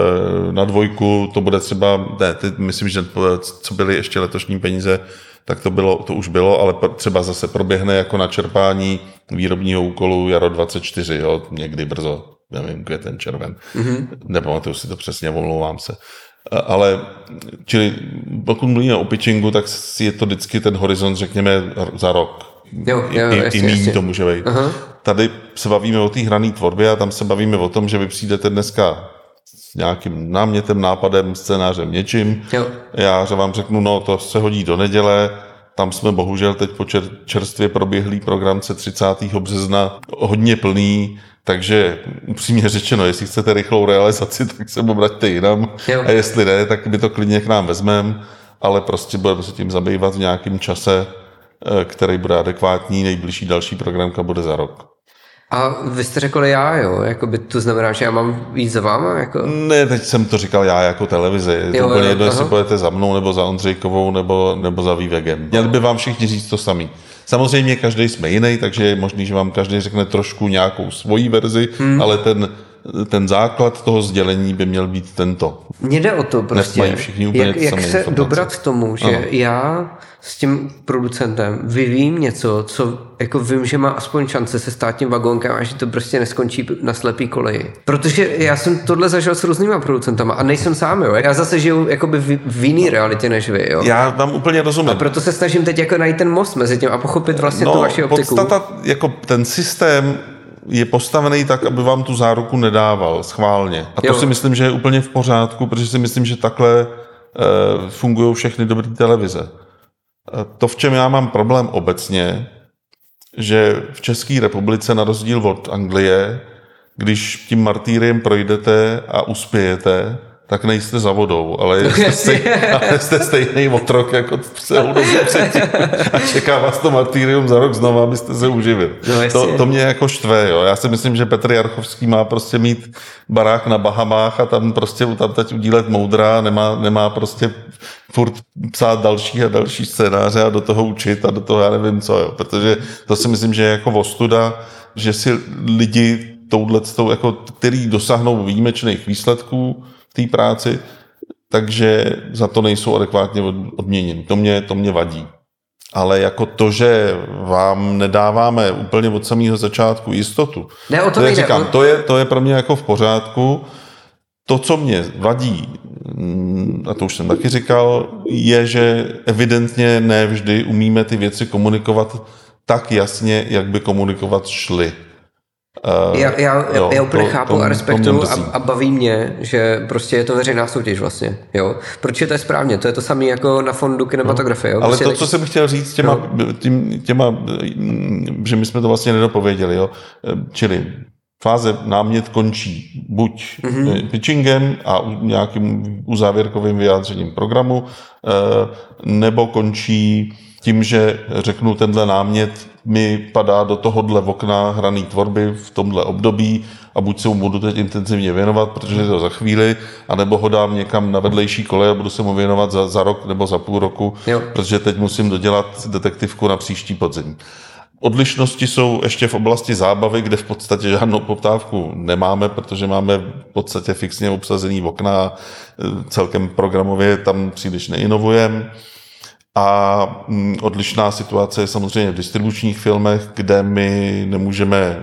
Na dvojku to bude třeba, ne, teď myslím, že co byly ještě letošní peníze, tak to, bylo, to už bylo, ale třeba zase proběhne jako načerpání výrobního úkolu jaro dvacet čtyři, jo, někdy brzo, nevím, květen, červen. Mm-hmm. Nepamatuju si to přesně, omlouvám se. Ale, čili pokud mluvíme o pitchingu, tak je to vždycky ten horizont, řekněme, za rok. Jo, jo, I, jasně, i míň jasně. to může být. Aha. Tady se bavíme o té hrané tvorbě a tam se bavíme o tom, že vy přijdete dneska s nějakým námětem, nápadem, scénářem, něčím. Jo. Já vám řeknu, no to se hodí do neděle, tam jsme bohužel teď po čer, čerstvě proběhlý programce třicátého března hodně plný, takže upřímně řečeno, jestli chcete rychlou realizaci, tak se obraťte jinam. Jo. A jestli ne, tak by to klidně k nám vezmeme, ale prostě budeme se tím zabývat v nějakém čase, který bude adekvátní, nejbližší další programka bude za rok. A vy jste řekl já, jo? Jakoby to znamená, že já mám jít za váma? Jako... Ne, teď jsem to říkal já jako televize. Je to úplně jedno, jestli pojete za mnou, nebo za Ondřejkovou, nebo, nebo za Vývegem. Měli by vám všichni říct to samý. Samozřejmě každý jsme jiný, takže je možný, že vám každý řekne trošku nějakou svoji verzi, hmm. ale ten, ten základ toho sdělení by měl být tento. Mně jde o to prostě, mají všichni úplně jak, jak se informace. dobrat k tomu, že ano. já s tím producentem vyvím něco, co jako vím, že má aspoň šance se stát tím vagónkem a že to prostě neskončí na slepý koleji. Protože já jsem tohle zažil s různýma producentama a nejsem sám, jo. Já zase žiju jakoby v, v jiný realitě než vy, jo. Já vám úplně rozumím. A proto se snažím teď jako najít ten most mezi tím a pochopit vlastně no, tu vaši optiku. Podstata, jako ten systém je postavený tak, aby vám tu záruku nedával schválně. A to jo. si myslím, že je úplně v pořádku, protože si myslím, že takhle e, fungují všechny dobré televize. E, to, v čem já mám problém obecně, že v České republice, na rozdíl od Anglie, když tím martýriem projdete a uspějete, tak nejste za vodou, ale jste, stej, ale jste stejný otrok jako celou dobu předtím a čeká vás to martýrium za rok znovu, abyste se uživili. No, to, to mě jako štve, jo. Já si myslím, že Petr Jarchovský má prostě mít barák na Bahamách a tam prostě tam teď udílet moudra, nemá, nemá prostě furt psát další a další scénáře a do toho učit a do toho já nevím co, jo. Protože to si myslím, že je jako ostuda, že si lidi touhletou, jako, který dosáhnou výjimečných výsledků té práci, takže za to nejsou adekvátně odměněni. To mě, to mě vadí. Ale jako to, že vám nedáváme úplně od samého začátku jistotu, ne, o to, to, nejde, říkám, o... to, je, to je pro mě jako v pořádku. To, co mě vadí, a to už jsem taky říkal, je, že evidentně ne vždy umíme ty věci komunikovat tak jasně, jak by komunikovat šli. Uh, já, já, jo, já úplně to, chápu to, a respektuju a, a baví mě, že prostě je to veřejná soutěž vlastně, jo. Protože to je správně, to je to samé jako na fondu kinematografie, jo. Ale prostě to, tak... co jsem chtěl říct těma, tím, těma, že my jsme to vlastně nedopověděli, jo. Čili fáze námět končí buď mm-hmm. pitchingem a nějakým uzávěrkovým vyjádřením programu, nebo končí tím, že řeknu, tenhle námět mi padá do tohohle okna hraný tvorby v tomhle období a buď se mu budu teď intenzivně věnovat, protože je to za chvíli, anebo ho dám někam na vedlejší kolej a budu se mu věnovat za, za rok nebo za půl roku, jo. Protože teď musím dodělat detektivku na příští podzim. Odlišnosti jsou ještě v oblasti zábavy, kde v podstatě žádnou poptávku nemáme, protože máme v podstatě fixně obsazený okna a celkem programově tam příliš neinovujeme. A odlišná situace je samozřejmě v distribučních filmech, kde my nemůžeme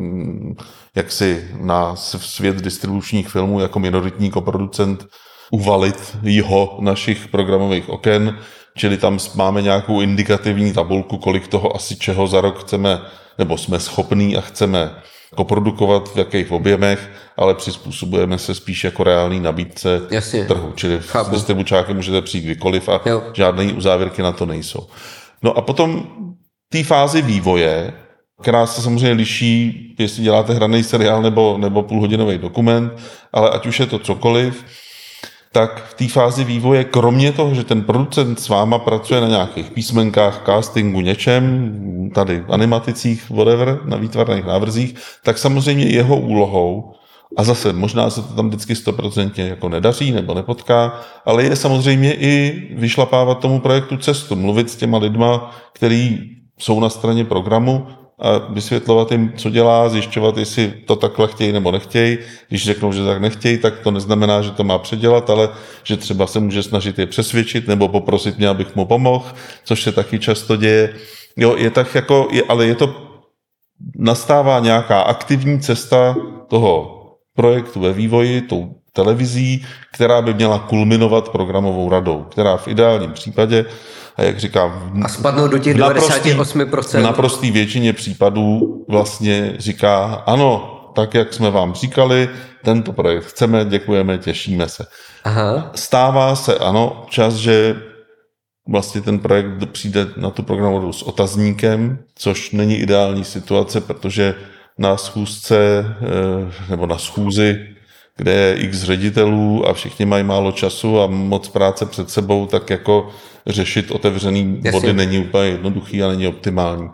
jaksi na svět distribučních filmů jako minoritní koproducent uvalit jeho našich programových oken, čili tam máme nějakou indikativní tabulku, kolik toho asi čeho za rok chceme, nebo jsme schopní a chceme koprodukovat, v jakých objemech, ale přizpůsobujeme se spíš jako reálný nabídce Jasně. trhu. Čili Chápu. S distribučákem můžete přijít kdykoliv a jo. žádné uzávěrky na to nejsou. No a potom té fázi vývoje, která se samozřejmě liší, jestli děláte hraný seriál nebo, nebo půlhodinový dokument, ale ať už je to cokoliv, tak v té fázi vývoje, kromě toho, že ten producent s váma pracuje na nějakých písmenkách, castingu, něčem, tady animaticích, whatever, na výtvarných návrzích, tak samozřejmě jeho úlohou, a zase možná se to tam vždycky stoprocentně jako nedaří nebo nepotká, ale je samozřejmě i vyšlapávat tomu projektu cestu, mluvit s těma lidma, který jsou na straně programu, a vysvětlovat jim, co dělá, zjišťovat, jestli to takhle chtějí nebo nechtějí. Když řeknou, že tak nechtějí, tak to neznamená, že to má předělat, ale že třeba se může snažit je přesvědčit nebo poprosit mě, abych mu pomohl, což se taky často děje. Jo, je tak jako, je, ale je to, nastává nějaká aktivní cesta toho projektu ve vývoji, tou televizí, která by měla kulminovat programovou radou, která v ideálním případě, a jak říkám, a spadnou do těch devadesát osm procent. V naprosté většině případů vlastně říká, ano, tak jak jsme vám říkali, tento projekt chceme, děkujeme, těšíme se. Aha. Stává se, ano, čas, že vlastně ten projekt přijde na tu programovou s otazníkem, což není ideální situace, protože na schůzce nebo na schůzi, kde je x ředitelů a všichni mají málo času a moc práce před sebou, tak jako řešit otevřený Jasně. body není úplně jednoduchý a není optimální.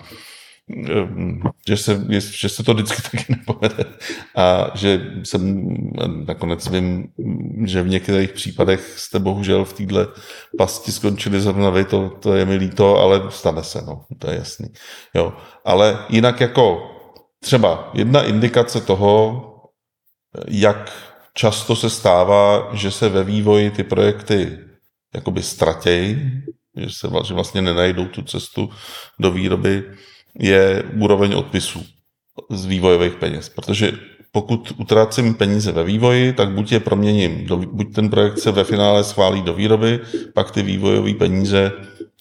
Že se, že se to vždycky taky nepovede a že jsem nakonec vím, že v některých případech jste bohužel v této pasti skončili zrovna vy, to, to je mi líto, ale stane se, no, to je jasný. Jo. Ale jinak jako třeba jedna indikace toho, jak často se stává, že se ve vývoji ty projekty jakoby ztratějí, že se že vlastně nenajdou tu cestu do výroby, je úroveň odpisů z vývojových peněz. Protože pokud utrácím peníze ve vývoji, tak buď je proměním, do, buď ten projekt se ve finále schválí do výroby, pak ty vývojové peníze e,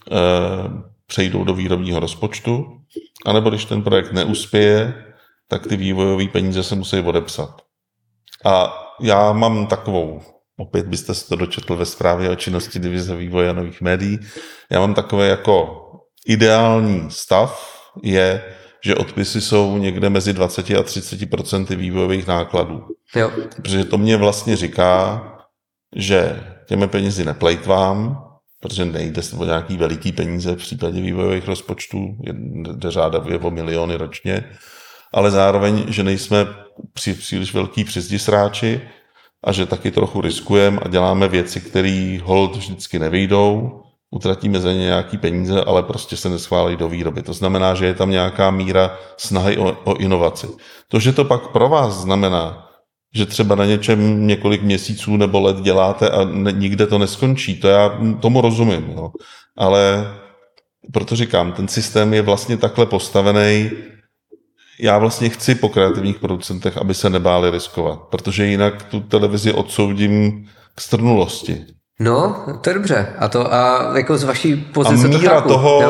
přejdou do výrobního rozpočtu, anebo když ten projekt neuspěje, tak ty vývojové peníze se musí odepsat. A já mám takovou, opět byste se to dočetl ve zprávě o činnosti divize vývoje a nových médií, já mám takové jako ideální stav je, že odpisy jsou někde mezi dvacet a třicet procent vývojových nákladů. Jo. Protože to mě vlastně říká, že těmi penězi neplejtvám, protože nejde o nějaký veliký peníze v případě vývojových rozpočtů, jde řádově o miliony ročně, ale zároveň, že nejsme při, příliš velký přizdisráči a že taky trochu riskujeme a děláme věci, které holt vždycky nevyjdou, utratíme za ně nějaký peníze, ale prostě se neschválí do výroby. To znamená, že je tam nějaká míra snahy o, o inovaci. To, že to pak pro vás znamená, že třeba na něčem několik měsíců nebo let děláte a ne, nikde to neskončí, to já tomu rozumím. Jo. Ale proto říkám, ten systém je vlastně takhle postavený. Já vlastně chci po kreativních producentech, aby se nebáli riskovat, protože jinak tu televizi odsoudím k strnulosti. No, to je dobře. A to a jako z vaší pozice a míra to chápu. toho, jo.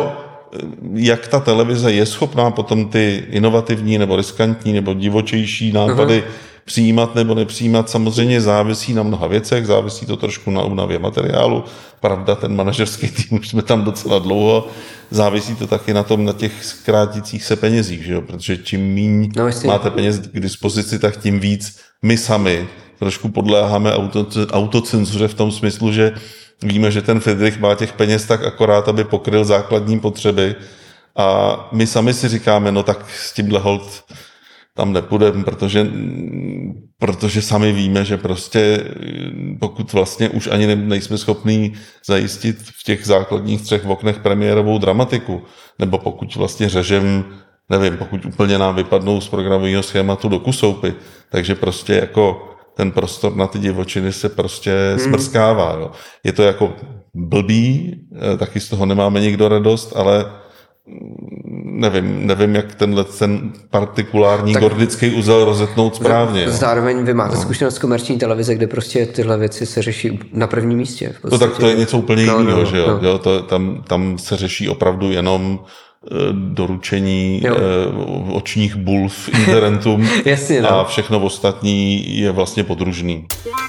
jak ta televize je schopná potom ty inovativní nebo riskantní nebo divočejší nápady uh-huh. přijímat nebo nepřijímat, samozřejmě závisí na mnoha věcech, závisí to trošku na únavě materiálu. Pravda, ten manažerský tým, už jsme tam docela dlouho, závisí to taky na tom, na těch zkrátících se penězích, že jo? Protože čím míň no, máte peněz k dispozici, tak tím víc my sami trošku podléháme auto, autocenzuře v tom smyslu, že víme, že ten Friedrich má těch peněz tak akorát, aby pokryl základní potřeby a my sami si říkáme, no tak s tímhle hold tam nepůjdeme, protože, protože sami víme, že prostě pokud vlastně už ani nejsme schopní zajistit v těch základních třech oknech premiérovou dramatiku, nebo pokud vlastně řežem, nevím, pokud úplně nám vypadnou z programového schématu do kusoupy, takže prostě jako ten prostor na ty divočiny se prostě hmm. smrskává. Jo. Je to jako blbý, taky z toho nemáme nikdo radost, ale nevím, nevím, jak tenhle ten partikulární tak gordický uzel rozetnout správně. Zároveň vy máte no. zkušenost komerční televize, kde prostě tyhle věci se řeší na prvním místě. To tak to je něco úplně no, jiného, no, že jo? No. jo to, tam, tam se řeší opravdu jenom doručení jo. očních bulv interentům Jasně, no. a všechno ostatní je vlastně podružný.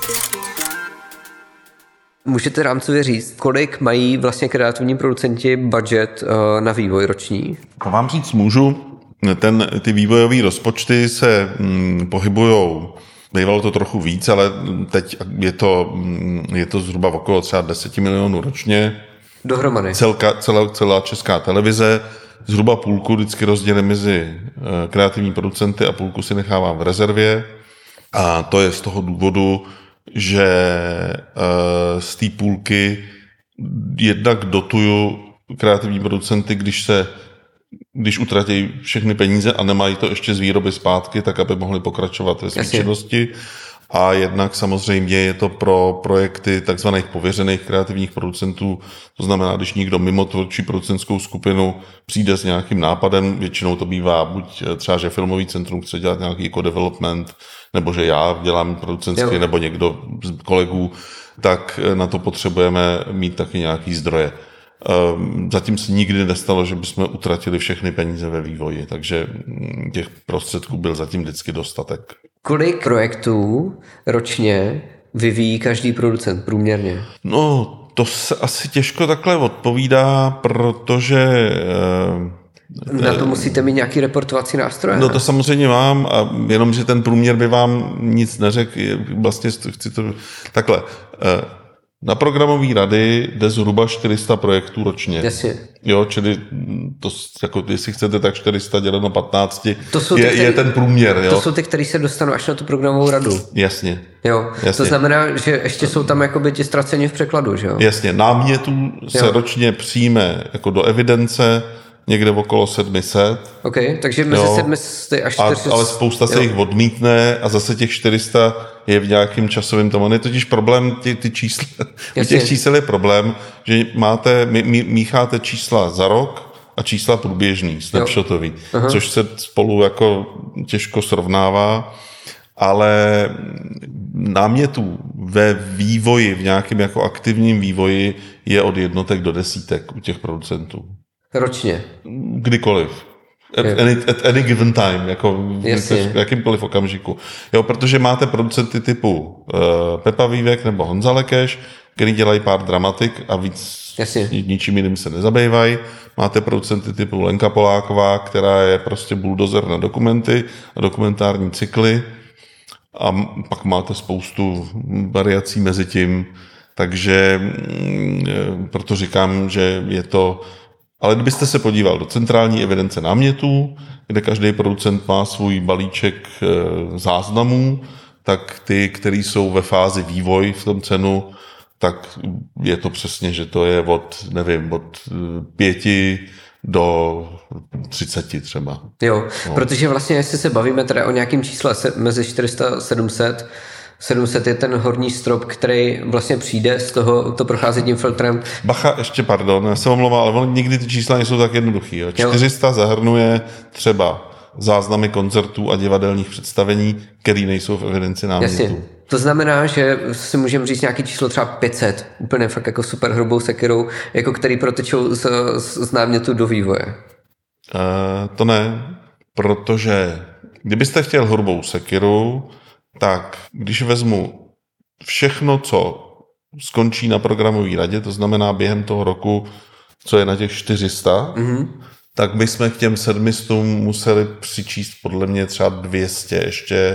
Můžete rámcově říct, kolik mají vlastně kreativní producenti budget na vývoj roční? To vám říct můžu. Ten, ty vývojové rozpočty se hm, pohybujou, bývalo to trochu víc, ale teď je to, je to zhruba okolo třeba deset milionů ročně. Dohromady. Celka, celá, celá česká televize. Zhruba půlku vždycky rozdělím mezi kreativní producenty a půlku si nechávám v rezervě. A to je z toho důvodu, že z té půlky jednak dotuju kreativní producenty, když se když utratí všechny peníze a nemají to ještě z výroby zpátky, tak aby mohli pokračovat ve své činnosti. A jednak samozřejmě je to pro projekty takzvaných pověřených kreativních producentů, to znamená, když někdo mimo tvůrčí producentskou skupinu přijde s nějakým nápadem, většinou to bývá buď třeba, že filmový centrum chce dělat nějaký co-development, nebo že já dělám producentský, nebo někdo z kolegů, tak na to potřebujeme mít taky nějaký zdroje. Zatím se nikdy nestalo, že bychom utratili všechny peníze ve vývoji, takže těch prostředků byl zatím vždycky dostatek. Kolik projektů ročně vyvíjí každý producent průměrně? No, to se asi těžko takhle odpovídá, protože... Na to musíte mít nějaký reportovací nástroje. No to samozřejmě mám, a jenom, že ten průměr by vám nic neřekl. Vlastně chci to... Takhle... Na programové rady jde zhruba čtyři sta projektů ročně. Jasně. Jo, čili to, jako, jestli chcete, tak čtyři sta děleno patnáct je, ty, který, je ten průměr. Jo. To jsou ty, kteří se dostanou až na tu programovou radu. Jasně. Jo, Jasně. To znamená, že ještě jsou tam jakoby ti ztraceni v překladu, že jo? Jasně, námětů se jo. ročně přijme jako do evidence někde okolo sedm set. OK, takže mezi sedm set až čtyři sta. Ale spousta se jo. jich odmítne a zase těch čtyři sta je v nějakým časovém tomu. Je totiž problém, ty, ty čísla, u těch čísel je problém, že máte, mí, mí, mícháte čísla za rok a čísla průběžný, snapshotový, což se spolu jako těžko srovnává, ale námětů ve vývoji, v nějakém jako aktivním vývoji je od jednotek do desítek u těch producentů. Ročně? Kdykoliv. At any, at any given time, jako v jakýmkoliv okamžiku. Jo, protože máte producenty typu uh, Pepa Vívek nebo Honza Lekeš, který dělají pár dramatik a víc Jasně. ničím jiným se nezabývají. Máte producenty typu Lenka Poláková, která je prostě bulldozer na dokumenty a dokumentární cykly. A pak máte spoustu variací mezi tím. Takže proto říkám, že je to... Ale kdybyste se podíval do centrální evidence námětů, kde každý producent má svůj balíček záznamů, tak ty, které jsou ve fázi vývoj v tom cenu, tak je to přesně, že to je od, nevím, od pěti do třiceti třeba. Jo, no. Protože vlastně, jestli se bavíme teda o nějakém čísle mezi čtyři sta a sedm set, sedm set je ten horní strop, který vlastně přijde z toho, to prochází tím filtrem. Bacha, ještě pardon, já se omlouvám, ale on, nikdy ty čísla nejsou tak jednoduchý. Jo. čtyři sta zahrnuje třeba záznamy koncertů a divadelních představení, které nejsou v evidenci námětů. To znamená, že si můžeme říct nějaký číslo třeba pět set, úplně fakt jako super hrubou sekirou, jako který protečou z, z, z námětu do vývoje. Uh, to ne, protože kdybyste chtěl hrubou sekiru, tak když vezmu všechno, co skončí na programové radě, to znamená během toho roku, co je na těch čtyři sta, mm-hmm. tak bychom k těm sedmistům museli přičíst podle mě třeba dvě stě ještě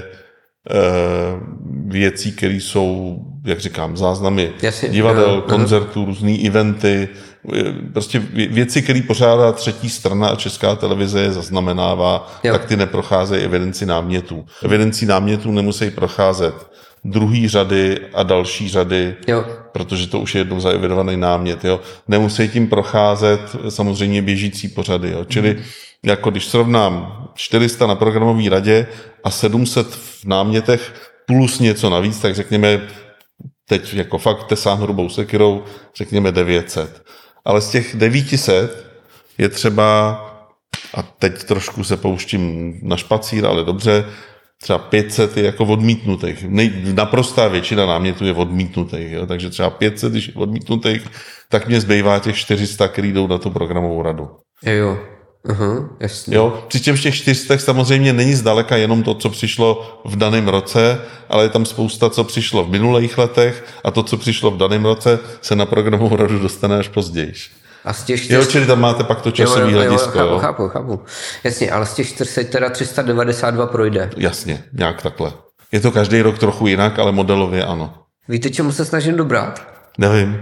věcí, které jsou, jak říkám, záznamy Jasně, divadel, jo, koncertů, aha. různý eventy, prostě věci, které pořádá třetí strana a Česká televize je zaznamenává, jo. tak ty neprocházejí evidenci námětů. Evidenci námětů nemusí procházet druhý řady a další řady, jo. protože to už je jednou zaevidovaný námět. Jo. Nemusí tím procházet samozřejmě běžící pořady. Jo. Čili hmm. jako když srovnám čtyři sta na programové radě a sedm set v námětech plus něco navíc, tak řekněme, teď jako fakt tesám hrubou sekirou, řekněme devět set. Ale z těch devět set je třeba, a teď trošku se pouštím na špacír, ale dobře, třeba pět set je jako odmítnutých. Nej, naprostá většina námětů je odmítnutých, jo? Takže třeba pět set, když je odmítnutých, tak mě zbývá těch čtyři sta, který jdou na tu programovou radu. Jo, jo. Aha, jasně. Jo, přičemž těch čtyři sta samozřejmě není zdaleka jenom to, co přišlo v daném roce, ale je tam spousta, co přišlo v minulých letech a to, co přišlo v daném roce, se na programovou radu dostane až později. A z těch čtyř... Jo, čili tam máte pak to časový jo, jo, hledisko. Jo, chápu, chápu, chápu. Jasně, ale z těch čtyř set teda tři sta devadesát dva projde. Jasně, nějak takhle. Je to každý rok trochu jinak, ale modelově ano. Víte, čemu se snažím dobrat? Nevím.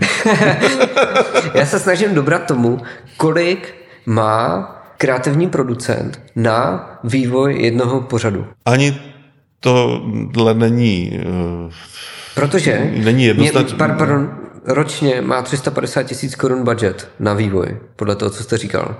Já se snažím dobrat tomu, kolik má kreativní producent na vývoj jednoho pořadu. Ani tohle není... Uh, Protože není jednoznačně... Pardon, ročně má tři sta padesát tisíc korun budget na vývoj, podle toho, co jste říkal.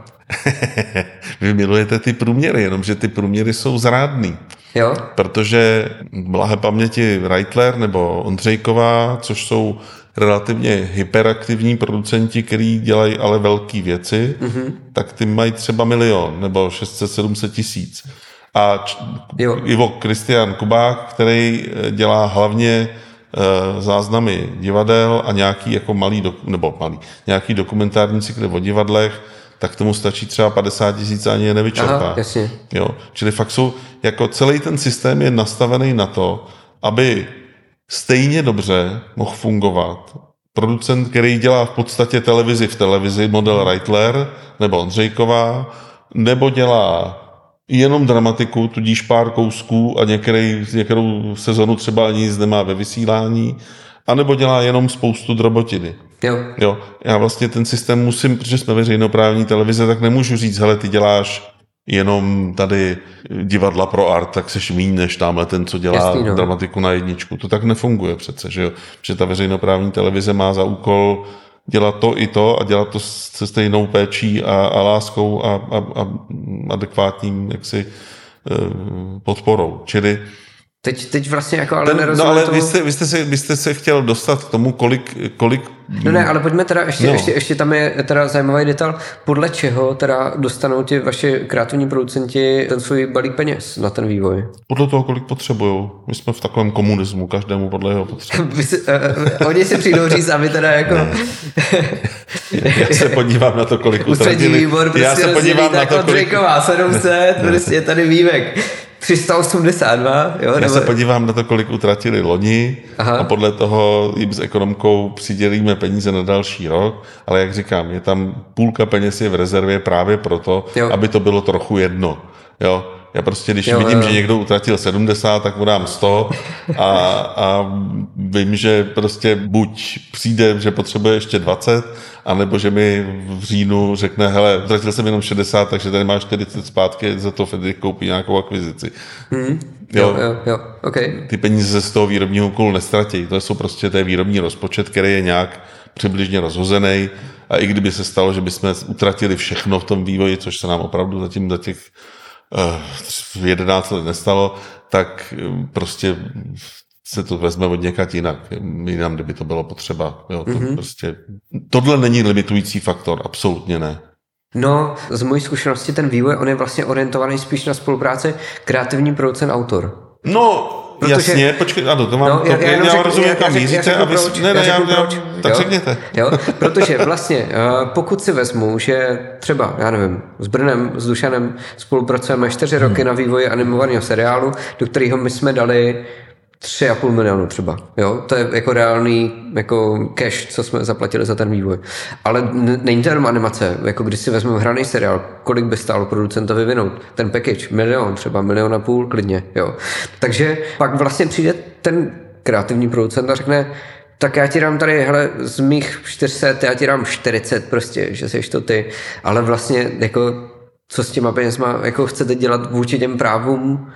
Vy milujete ty průměry, jenomže ty průměry jsou zrádný. Jo? Protože blahé paměti Reitler nebo Ondřejková, což jsou relativně hyperaktivní producenti, který dělají ale velké věci, mm-hmm. tak ty mají třeba milion nebo šest set sedm set tisíc. A č- Ivo Kristián Kubák, který dělá hlavně e, záznamy divadel a nějaký jako malý, do, nebo malý, nějaký dokumentární cykly o divadlech, tak tomu stačí třeba padesát tisíc a ani je nevyčerpá. Aha, jasně. Jo, čili fakt jsou, jako celý ten systém je nastavený na to, aby stejně dobře mohl fungovat producent, který dělá v podstatě televizi v televizi, model Reitler nebo Ondřejková, nebo dělá jenom dramatiku, tudíž pár kousků a některý, některou sezonu třeba ani nic nemá ve vysílání, anebo dělá jenom spoustu drobotiny. Jo. Jo. Já vlastně ten systém musím, protože jsme veřejnoprávní televize, tak nemůžu říct, hele, ty děláš jenom tady divadla pro art, tak seš míň než tamhle ten, co dělá Jasný, no. dramatiku na jedničku. To tak nefunguje přece, že jo? Protože ta veřejnoprávní televize má za úkol dělat to i to a dělat to se stejnou péčí a, a láskou a, a, a adekvátním jaksi podporou. Čili Teď, teď vlastně jako ale ten, nerozumím No ale tomu... vy, jste, vy, jste se, vy jste se chtěl dostat k tomu, kolik... kolik... No ne, ale pojďme teda, ještě, no. ještě, ještě tam je teda zajímavý detail, podle čeho teda dostanou ti vaši kreativní producenti ten svůj balík peněz na ten vývoj? Podle toho, kolik potřebujou. My jsme v takovém komunismu, každému podle jeho potřeby. uh, oni si přijdou říct, aby teda jako... Já se podívám na to, kolik utratili. Výbor, prostě Já se podívám na to, kolik... Dřejková, sedm set, prostě tady vývek. tři sta osmdesát dva, jo? Já nebo... se podívám na to, kolik utratili loni Aha. a podle toho jim s ekonomkou přidělíme peníze na další rok, ale jak říkám, je tam půlka peněz je v rezervě právě proto, jo. aby to bylo trochu jedno. Jo? Já prostě, když jo, vidím, jo. že někdo utratil sedmdesát, tak mu dám sto a, a vím, že prostě buď přijde, že potřebuje ještě dvacet, anebo že mi v říjnu řekne, hele, utratil jsem jenom šedesát, takže tady máš čtyřicet zpátky, za to Fedrik koupí nějakou akvizici. Hmm. Jo, jo, jo, okay. Ty peníze se z toho výrobního úkolu nestratí. To jsou prostě té výrobní rozpočet, který je nějak přibližně rozhozený a i kdyby se stalo, že bychom utratili všechno v tom vývoji, což se nám opravdu zatím za těch uh, jedenáct let nestalo, tak prostě se to vezme od někat jinak, jinam, kdyby to bylo potřeba. Jo, to mm-hmm. prostě, tohle není limitující faktor, absolutně ne. No, z mojí zkušenosti ten vývoj, on je vlastně orientovaný spíš na spolupráci kreativní producent-autor. No, protože, jasně, počkej, ano, to mám, no, to, já, já, já, já rozumím, kam míříte, aby proč, ne, ne, já, já, proč, tak jo? řekněte. Jo? Protože vlastně, pokud si vezmu, že třeba, já nevím, s Brnem, s Dušanem spolupracujeme čtyři roky hmm. na vývoji animovaného seriálu, do kterého my jsme dali tři a půl milionu třeba, jo, to je jako reálný jako cash, co jsme zaplatili za ten vývoj. Ale není to jenom animace, jako když si vezmeme hraný seriál, kolik by stálo producenta vyvinout, ten package, milion, třeba milion a půl klidně, jo. Takže pak vlastně přijde ten kreativní producent a řekne, tak já ti dám tady, hele, z mých čtyř set, já ti dám čtyřicet prostě, že seš to ty, ale vlastně jako, co s těma penězma jako chcete dělat vůči těm právům,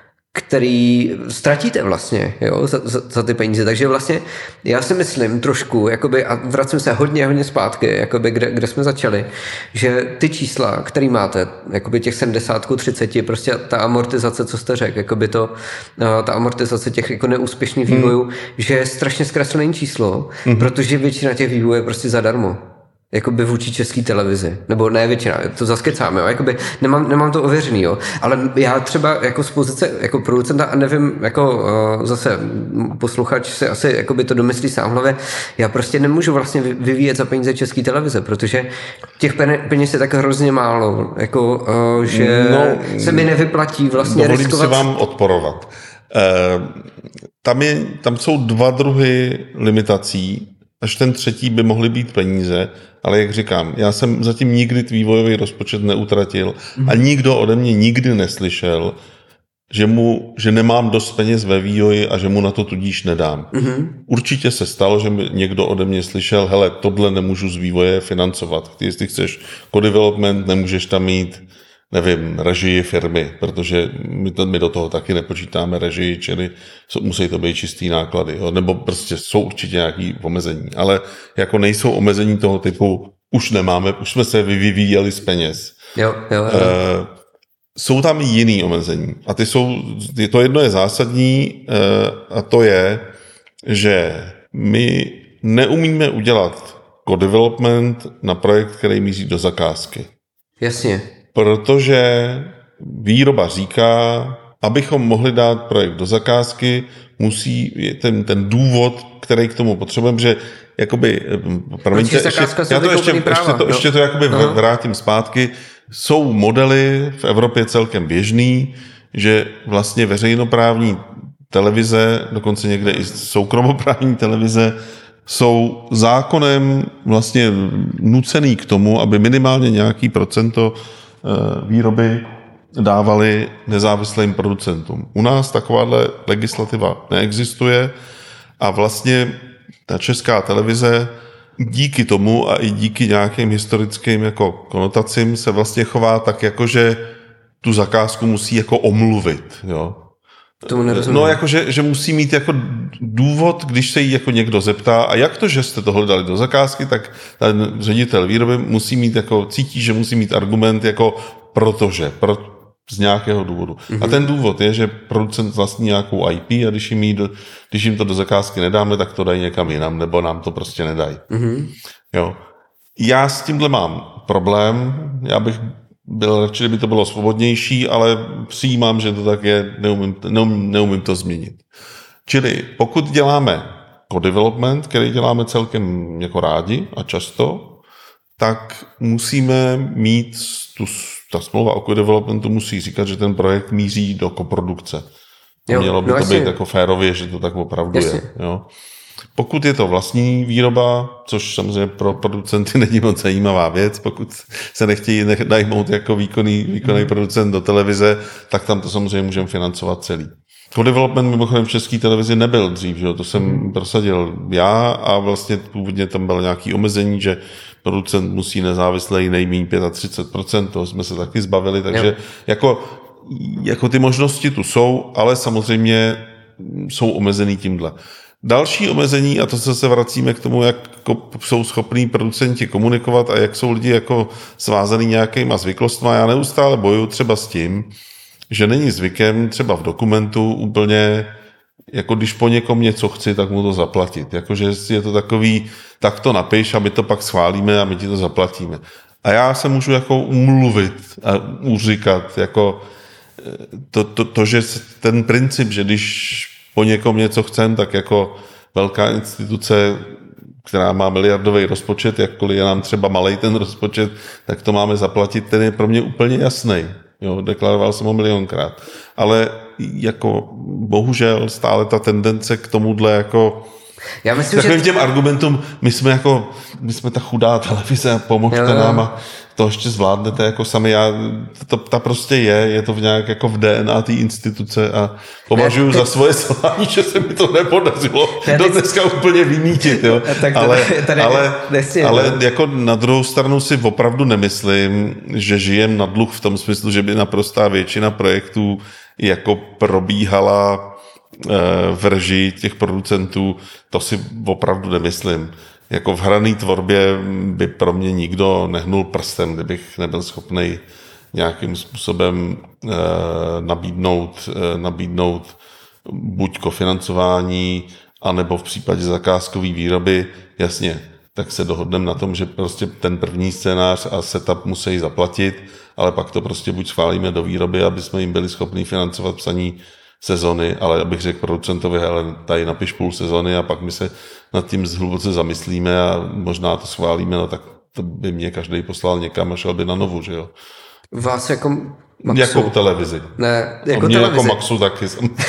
který ztratíte vlastně, jo, za, za, za ty peníze. Takže vlastně já si myslím trošku, jakoby, a vracím se hodně, hodně zpátky, jakoby, kde, kde jsme začali, že ty čísla, který máte, jakoby těch sedmdesát ku třiceti, prostě ta amortizace, co jste řekl, jakoby to, ta amortizace těch jako neúspěšných hmm. vývojů, že je strašně zkreslené číslo, hmm. protože většina těch vývojů je prostě zadarmo. Jakoby vůči české televizi. Nebo ne většina, to zaskecáme, jo. Jakoby nemám, nemám to ověřený, jo. Ale já třeba jako z pozice jako producenta a nevím, jako uh, zase posluchač si asi jakoby to domyslí sám v hlavě, já prostě nemůžu vlastně vyvíjet za peníze české televize, protože těch peněz je tak hrozně málo, jako uh, že no, se mi nevyplatí vlastně dovolím riskovat. Dovolím si vám odporovat. Uh, tam, je, tam jsou dva druhy limitací, až ten třetí by mohly být peníze, ale jak říkám, já jsem zatím nikdy vývojový rozpočet neutratil mm. a nikdo ode mě nikdy neslyšel, že, mu, že nemám dost peněz ve vývoji a že mu na to tudíž nedám. Mm. Určitě se stalo, že mi někdo ode mě slyšel, hele, tohle nemůžu z vývoje financovat. Ty, jestli chceš co-development, nemůžeš tam mít, nevím, režii firmy, protože my, to, my do toho taky nepočítáme režii, čili musí to být čistý náklady, jo? Nebo prostě jsou určitě nějaké omezení, ale jako nejsou omezení toho typu, už nemáme, už jsme se vyvíjeli z peněz. Jo, jo, jo. E, jsou tam jiný omezení a ty jsou, to jedno je zásadní e, a to je, že my neumíme udělat co-development na projekt, který míří do zakázky. Jasně. Protože výroba říká, abychom mohli dát projekt do zakázky, musí ten, ten důvod, který k tomu potřebujeme, že jakoby, promiňte, ještě, já to ještě, ještě to, ještě to jakoby no. vrátím zpátky, jsou modely v Evropě celkem běžný, že vlastně veřejnoprávní televize, dokonce někde i soukromoprávní televize, jsou zákonem vlastně nucený k tomu, aby minimálně nějaký procento výroby dávali nezávislým producentům. U nás takováhle legislativa neexistuje a vlastně ta česká televize díky tomu a i díky nějakým historickým jako konotacím se vlastně chová tak, jako že tu zakázku musí jako omluvit. Jo? No, jakože že musí mít jako důvod, když se jí jako někdo zeptá, a jak to, že jste tohle dali do zakázky, tak ten ředitel výroby musí mít jako, cítí, že musí mít argument jako protože, pro, z nějakého důvodu. Mm-hmm. A ten důvod je, že producent vlastní nějakou í pé a když jim, jí do, když jim to do zakázky nedáme, tak to dají někam jinam, nebo nám to prostě nedají. Mm-hmm. Jo. Já s tímhle mám problém, já bych byl radši, kdyby to bylo svobodnější, ale přijímám, že to tak je, neumím, neumím, neumím to změnit. Čili pokud děláme co-development, který děláme celkem jako rádi a často, tak musíme mít, tu, ta smlouva o co-developmentu musí říkat, že ten projekt míří do koprodukce. Jo, mělo by no to jasně. být jako férově, že to tak opravdu jasně. je. Jo. Pokud je to vlastní výroba, což samozřejmě pro producenty není moc zajímavá věc, pokud se nechtějí najmout jako výkonný, výkonný mm. producent do televize, tak tam to samozřejmě můžeme financovat celý. Co-development mimochodem v české televizi nebyl dřív, že? To jsem mm. prosadil já a vlastně původně tam bylo nějaké omezení, že producent musí nezávislej nejméně třicet pět procent, toho jsme se taky zbavili, takže jako, jako ty možnosti tu jsou, ale samozřejmě jsou omezený tímhle. Další omezení, a to se se vracíme k tomu, jak jsou schopní producenti komunikovat a jak jsou lidi jako svázaný nějakýma zvyklostma. Já neustále bojuju třeba s tím, že není zvykem třeba v dokumentu úplně, jako když po někom něco chci, tak mu to zaplatit. Jakože je to takový, tak to napiš a my to pak schválíme a my ti to zaplatíme. A já se můžu jako umluvit a uříkat, jako to, to, to, že ten princip, že když po někom něco chcem, tak jako velká instituce, která má miliardový rozpočet, jakkoliv je nám třeba malej ten rozpočet, tak to máme zaplatit, ten je pro mě úplně jasný. Jo, deklaroval jsem ho milionkrát. Ale jako bohužel stále ta tendence k tomuhle jako já myslím, takovým že... těm argumentům, my jsme jako, my jsme ta chudá televize, pomožte jo, jo. nám a to ještě zvládnete jako sami. Já, to, ta prostě je, je to v nějak jako v D N A té instituce a považuji ne, za svoje selhání, že se mi to nepodařilo do dneska úplně vymítit. Jo. Tak ale tady ale, nesmě, ale jako na druhou stranu si opravdu nemyslím, že žijem na dluh v tom smyslu, že by naprostá většina projektů jako probíhala v režii těch producentů, to si opravdu nemyslím. Jako v hrané tvorbě by pro mě nikdo nehnul prstem, kdybych nebyl schopný nějakým způsobem eh, nabídnout, eh, nabídnout buď kofinancování, anebo v případě zakázkové výroby, jasně, tak se dohodneme na tom, že prostě ten první scénář a setup musí zaplatit, ale pak to prostě buď schválíme do výroby, aby jsme jim byli schopni financovat psaní sezony, ale abych řekl producentovi, hele, tady napiš půl sezony a pak my se nad tím hluboce zamyslíme a možná to schválíme, no tak to by mě každý poslal někam a šel by na novu, že jo. Vás jako Maxu. Jako televizi. Ne, jako a mě televizi. jako Maxu taky.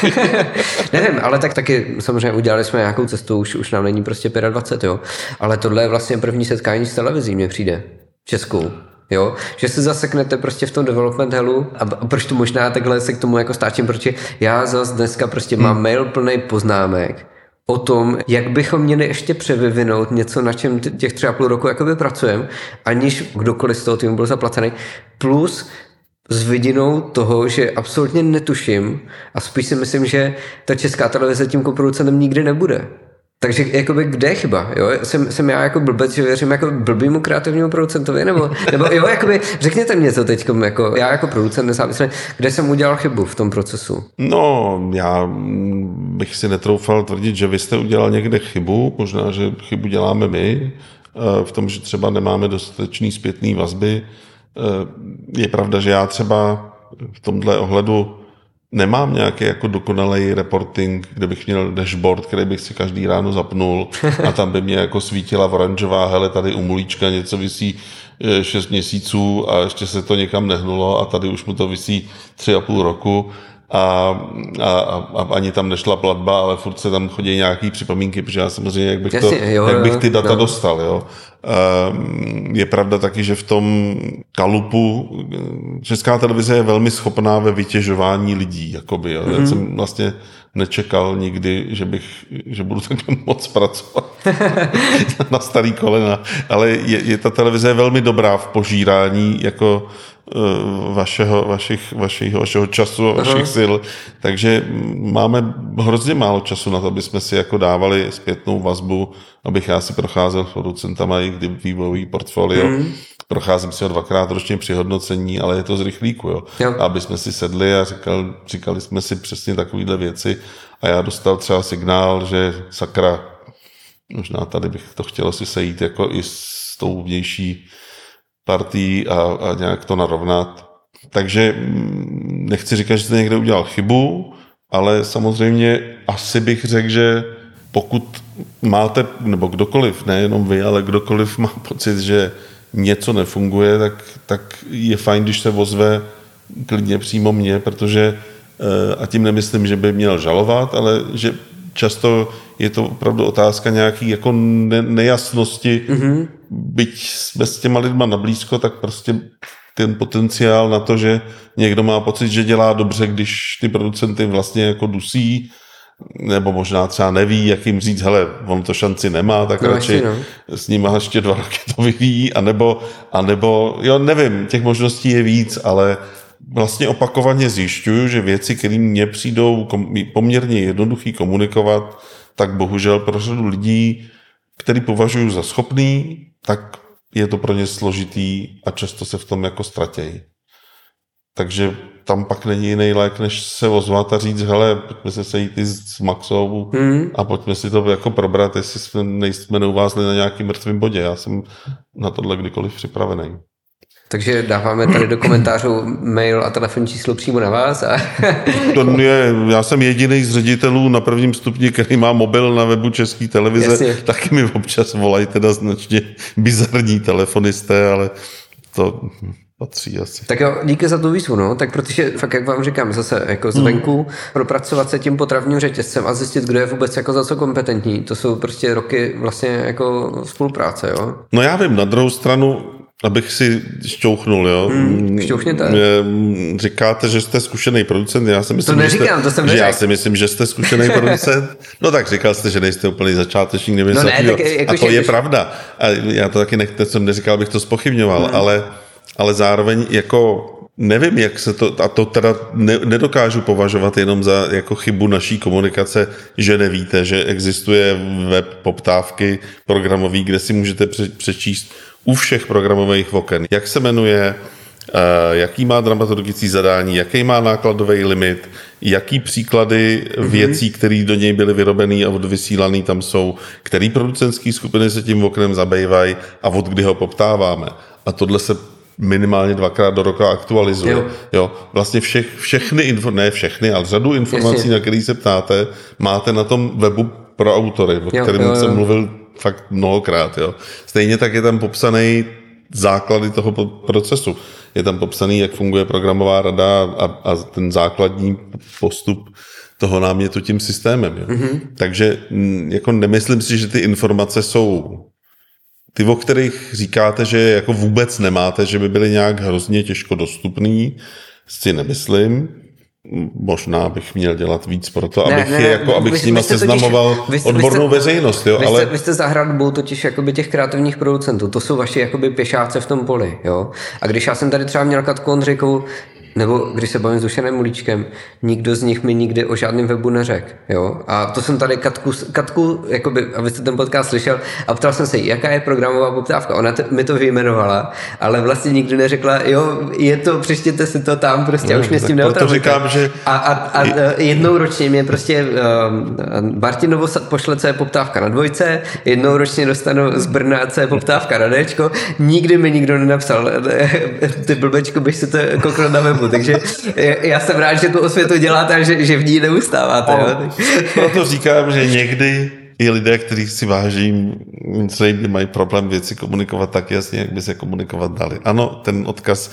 Nevím, ale tak taky samozřejmě udělali jsme nějakou cestu, už, už nám není prostě dvacet pět, jo. Ale tohle je vlastně první setkání s televizí, mně přijde. Českou. Jo, že se zaseknete prostě v tom development hellu a, a proč to možná takhle se k tomu jako stáčím, protože já zase dneska prostě mám hmm. mail plný poznámek o tom, jak bychom měli ještě převyvinout něco, na čem těch třeba půl roku jakoby pracujeme, aniž kdokoliv z toho týmu byl zaplacený, plus s vidinou toho, že absolutně netuším a spíš si myslím, že ta Česká televize tím koproducentem nikdy nebude. Takže jakoby kde je chyba, jo? Jsem, jsem já jako blbec, že věřím jako blbýmu kreativnímu producentovi, nebo, nebo jo, jakoby řekněte mě to teď, jako já jako producent nezávislý, kde jsem udělal chybu v tom procesu? No, já bych si netroufal tvrdit, že vy jste udělal někde chybu, možná, že chybu děláme my, v tom, že třeba nemáme dostatečný zpětný vazby. Je pravda, že já třeba v tomhle ohledu nemám nějaký jako dokonalý reporting, kde bych měl dashboard, který bych si každý ráno zapnul a tam by mě jako svítila oranžová, hele, tady u Mulíčka něco visí šest měsíců a ještě se to někam nehnulo a tady už mu to visí tři a půl roku a, a, a ani tam nešla platba, ale furt se tam chodí nějaký připomínky, protože já samozřejmě, jak bych, to, Jasně, jo, jak bych ty data no. dostal. Jo. Je pravda taky, že v tom kalupu Česká televize je velmi schopná ve vytěžování lidí. Jakoby, jo. Mm-hmm. Já jsem vlastně nečekal nikdy, že, bych, že budu takhle moc pracovat na starý kolena, ale je, je ta televize velmi dobrá v požírání jako vašeho, vašich, vašich, vašeho času a vašich sil, takže máme hrozně málo času na to, aby jsme si jako dávali zpětnou vazbu, abych já si procházel s producentama i kdy vývojový portfolio. Mm. Procházím si ho dvakrát ročně při hodnocení, ale je to z rychlíku, jo. jo. Aby jsme si sedli a říkali, říkali jsme si přesně takovýhle věci a já dostal třeba signál, že sakra, možná tady bych to chtěl si sejít jako i s tou vnější partí a, a nějak to narovnat. Takže nechci říkat, že jste někde udělal chybu, ale samozřejmě asi bych řekl, že pokud máte, nebo kdokoliv, nejenom vy, ale kdokoliv má pocit, že něco nefunguje, tak, tak je fajn, když se ozve klidně přímo mě, protože, a tím nemyslím, že by měl žalovat, ale že často je to opravdu otázka nějaký jako ne, nejasnosti, mm-hmm. byť jsme s těma lidma nablízko, tak prostě ten potenciál na to, že někdo má pocit, že dělá dobře, když ty producenty vlastně jako dusí, nebo možná třeba neví, jak jim říct, hele, on to šanci nemá, tak no, radši no. s ním ještě dva roky to vyvíjí, anebo, anebo, jo, nevím, těch možností je víc, ale vlastně opakovaně zjišťuju, že věci, které mně přijdou poměrně jednoduchý komunikovat, tak bohužel pro řadu lidí, který považuji za schopný, tak je to pro ně složitý a často se v tom jako ztratějí. Takže tam pak není jiný lék, než se ozvat a říct, hele, pojďme se sejít s Maxou mm. a pojďme si to jako probrat, jestli jsme, nejsme neuvázli na nějakým mrtvým bodě. Já jsem na tohle kdykoliv připravený. Takže dáváme tady do komentářů mail a telefonní číslo přímo na vás. A... To je, já jsem jediný z ředitelů na prvním stupni, který má mobil na webu České televize. Jasně. Taky mi občas volají teda značně bizarní telefonisté, ale to patří asi. Tak jo, díky za tu výzvu, no. Tak protože fakt, jak vám říkám, zase jako zvenku hmm. propracovat se tím potravním řetězcem a zjistit, kdo je vůbec jako za co kompetentní, to jsou prostě roky vlastně jako spolupráce, jo. No já vím, na druhou stranu, abych si šťouchnul, jo. Hmm, šťouchněte. Říkáte, že jste zkušený producent, já si myslím, to neříkám, že, jste, to jsem že já si myslím, že jste zkušený producent. No tak říkal jste, že nejste úplný začátečník, nebo no ne, tak, jako a to je když... pravda. A já to taky nechci, jsem neříkal, abych to zpochybňoval, hmm. ale, ale zároveň jako nevím, jak se to, a to teda ne, nedokážu považovat jenom za jako chybu naší komunikace, že nevíte, že existuje web poptávky programový, kde si můžete přečíst u všech programových oken, jak se jmenuje, jaký má dramaturgický zadání, jaký má nákladový limit, jaký příklady věcí, které do něj byly vyrobený a odvysílaný tam jsou, který producentský skupiny se tím oknem zabývají a od kdy ho poptáváme. A tohle se minimálně dvakrát do roka aktualizuje. Jo. Jo, vlastně všech, všechny, info, ne všechny, ale řadu informací, Jasně. na které se ptáte, máte na tom webu pro autory, o kterém jo, jo, jo. jsem mluvil fakt mnohokrát. Jo. Stejně tak je tam popsaný základy toho procesu. Je tam popsaný, jak funguje programová rada a, a ten základní postup toho námětu tím systémem. Jo. Mm-hmm. Takže jako nemyslím si, že ty informace jsou ty, o kterých říkáte, že jako vůbec nemáte, že by byly nějak hrozně těžko dostupný, si nemyslím. Možná bych měl dělat víc pro to, ne, abych, ne, je, jako, abych vy, s nima seznamoval totiž, odbornou vy jste, veřejnost. Jo, vy, ale... jste, vy jste za hradbou totiž jakoby těch kreativních producentů. To jsou vaši jakoby pěšáce v tom poli. Jo? A když já jsem tady třeba měl Katku Ondřejkovou, nebo když se bavím s Dušanem Mulíčkem, nikdo z nich mi nikdy o žádném webu neřekl. Jo? A to jsem tady Katku, Katku jakoby, abyste ten podcast slyšel, a ptal jsem se, jaká je programová poptávka. Ona t- mi to vyjmenovala, ale vlastně nikdy neřekla, jo, je to, přečtěte si to tam, prostě, no, už mě s tím neotravujte. Že... A, a, a jednou ročně mě prostě uh, Martinovo pošle, co je poptávka na dvojce, jednou ročně dostanu z Brna, co je poptávka na Dčko, nikdy mi nikdo nenapsal, ty blbečko, bych si to kouknul na webu. Takže já jsem rád, že tu osvětu děláte a že, že v ní neustáváte. No, proto říkám, že někdy i lidé, kterých si vážím, zřejmě mají problém věci komunikovat tak jasně, jak by se komunikovat dali. Ano, ten odkaz,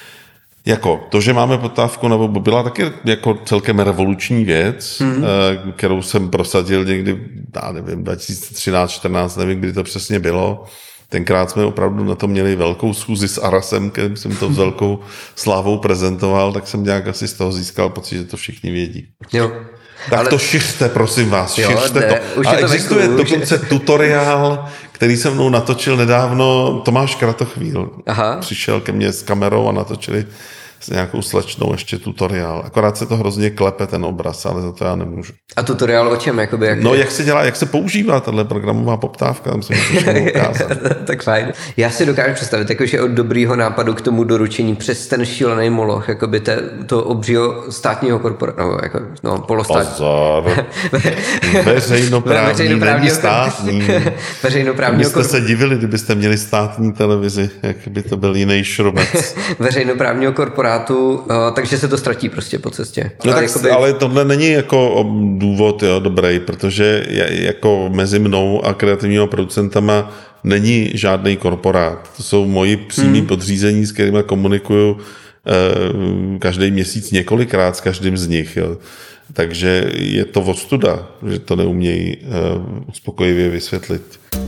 jako to, že máme poptávku na webu, byla taky jako celkem revoluční věc, hmm. kterou jsem prosadil někdy, já nevím, dva tisíce třináct čtrnáct, nevím, kdy to přesně bylo. Tenkrát jsme opravdu na to měli velkou schůzi s Arasem, kterým jsem to s velkou slávou prezentoval, tak jsem nějak asi z toho získal pocit, že to všichni vědí. Jo. Tak ale... to šiřte, prosím vás, jo, šiřte ne, to. A existuje venku, dokonce už... tutoriál, který se mnou natočil nedávno Tomáš Kratochvíl. Aha. Přišel ke mně s kamerou a natočili s nějakou slečnou ještě tutoriál. Akorát se to hrozně klepe ten obraz, ale za to já nemůžu. A tutoriál o čem? Jakoby, jak... No jak se dělá, jak se používá tahle programová poptávka, tam se mi ukázat. Tak fajn. Já si dokážu představit, jakože od dobrýho nápadu k tomu doručení přes ten šílený moloch, jakoby te, to obřího státního korporátu, no, jako, no polostát. Pozor. Veřejnoprávní, není státní. Veřejnoprávní. Byste korp... se divili, kdybyste měli státní televizi, jak by to byl jiný šrubec. Veřejnoprávního korporátu, takže se to ztratí prostě po cestě. No tak, jakoby... Ale tohle není jako důvod, jo, dobrý, protože jako mezi mnou a kreativníma producentama není žádný korporát. To jsou moji přímí hmm. podřízení, s kterými komunikuju eh, každý měsíc několikrát s každým z nich. Jo. Takže je to ostuda, že to neumějí eh, uspokojivě vysvětlit.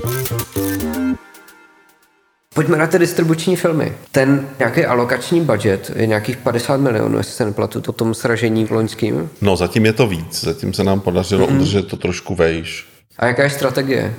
Pojďme na ty distribuční filmy. Ten nějaký alokační budget je nějakých padesát milionů, jestli se nepletu, po tom sražení v loňským. No zatím je to víc, zatím se nám podařilo mm-hmm. udržet to trošku vejš. A jaká je strategie?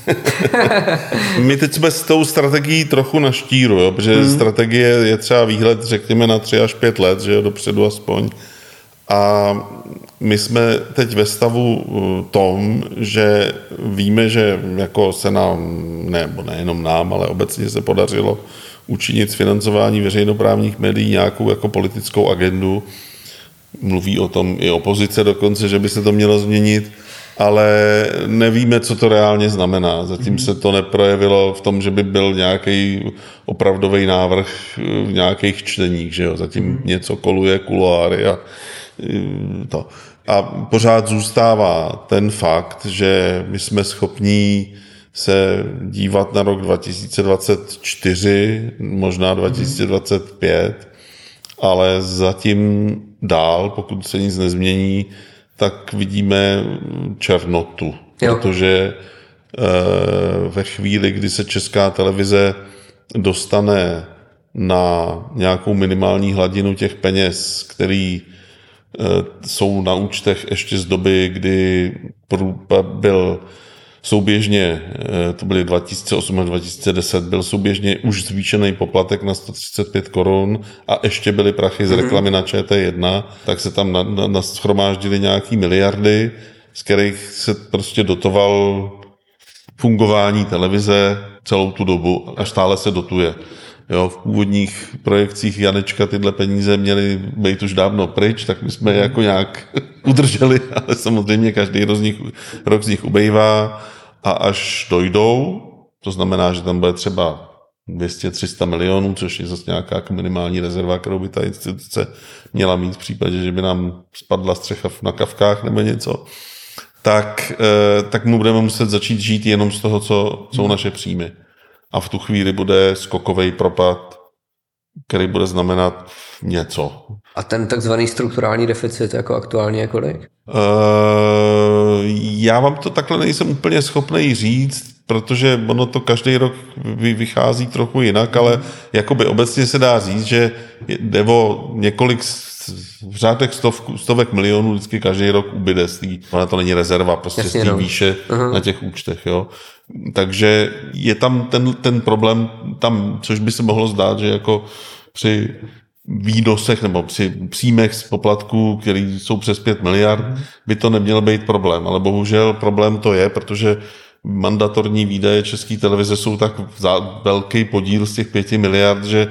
My teď jsme s tou strategií trochu na štíru, jo, protože mm. strategie je třeba výhled, řekněme, na tři až pět let, že jo, dopředu aspoň. A my jsme teď ve stavu tom, že víme, že jako se nám, nebo nejenom nám, ale obecně se podařilo učinit z financování veřejnoprávních médií nějakou jako politickou agendu. Mluví o tom i opozice dokonce, že by se to mělo změnit. ale nevíme, co to reálně znamená. Zatím se to neprojevilo v tom, že by byl nějaký opravdový návrh v nějakých čteních, že jo. Zatím něco koluje, kuloáry a to. A pořád zůstává ten fakt, že my jsme schopní se dívat na rok dva tisíce dvacet čtyři, možná dva tisíce dvacet pět, ale zatím dál, pokud se nic nezmění, tak vidíme černotu. Jo. Protože ve chvíli, kdy se Česká televize dostane na nějakou minimální hladinu těch peněz, který jsou na účtech ještě z doby, kdy byl souběžně, to byly dva tisíce osm až dva tisíce deset, byl souběžně už zvýšený poplatek na sto třicet pět korun a ještě byly prachy z reklamy na Č T jedna, tak se tam nashromáždily nějaký miliardy, z kterých se prostě dotoval fungování televize celou tu dobu a stále se dotuje. Jo, v původních projekcích Janečka tyhle peníze měly být už dávno pryč, tak my jsme je jako nějak udrželi, ale samozřejmě každý rok z nich, rok z nich ubejvá a až dojdou, to znamená, že tam bude třeba dvě stě tři sta milionů, což je zase nějaká minimální rezerva, kterou by ta instituce měla mít v případě, že by nám spadla střecha na Kavkách nebo něco, tak, tak mu budeme muset začít žít jenom z toho, co jsou naše příjmy. A v tu chvíli bude skokový propad, který bude znamenat něco. A ten takzvaný strukturální deficit jako aktuálně je kolik? Uh, já vám to takhle nejsem úplně schopný říct, protože ono to každý rok vychází trochu jinak, ale jakoby obecně se dá říct, že jde o několik v řádech stovku, stovek milionů vždycky každý rok ubyde z tý, ona to není rezerva, prostě z té výše uh-huh. na těch účtech, jo. Takže je tam ten, ten problém tam, což by se mohlo zdát, že jako při výnosech nebo při příjmech z poplatků, které jsou přes pět miliard, by to neměl být problém, ale bohužel problém to je, protože mandatorní výdaje České televize jsou tak velký podíl z těch pěti miliard, že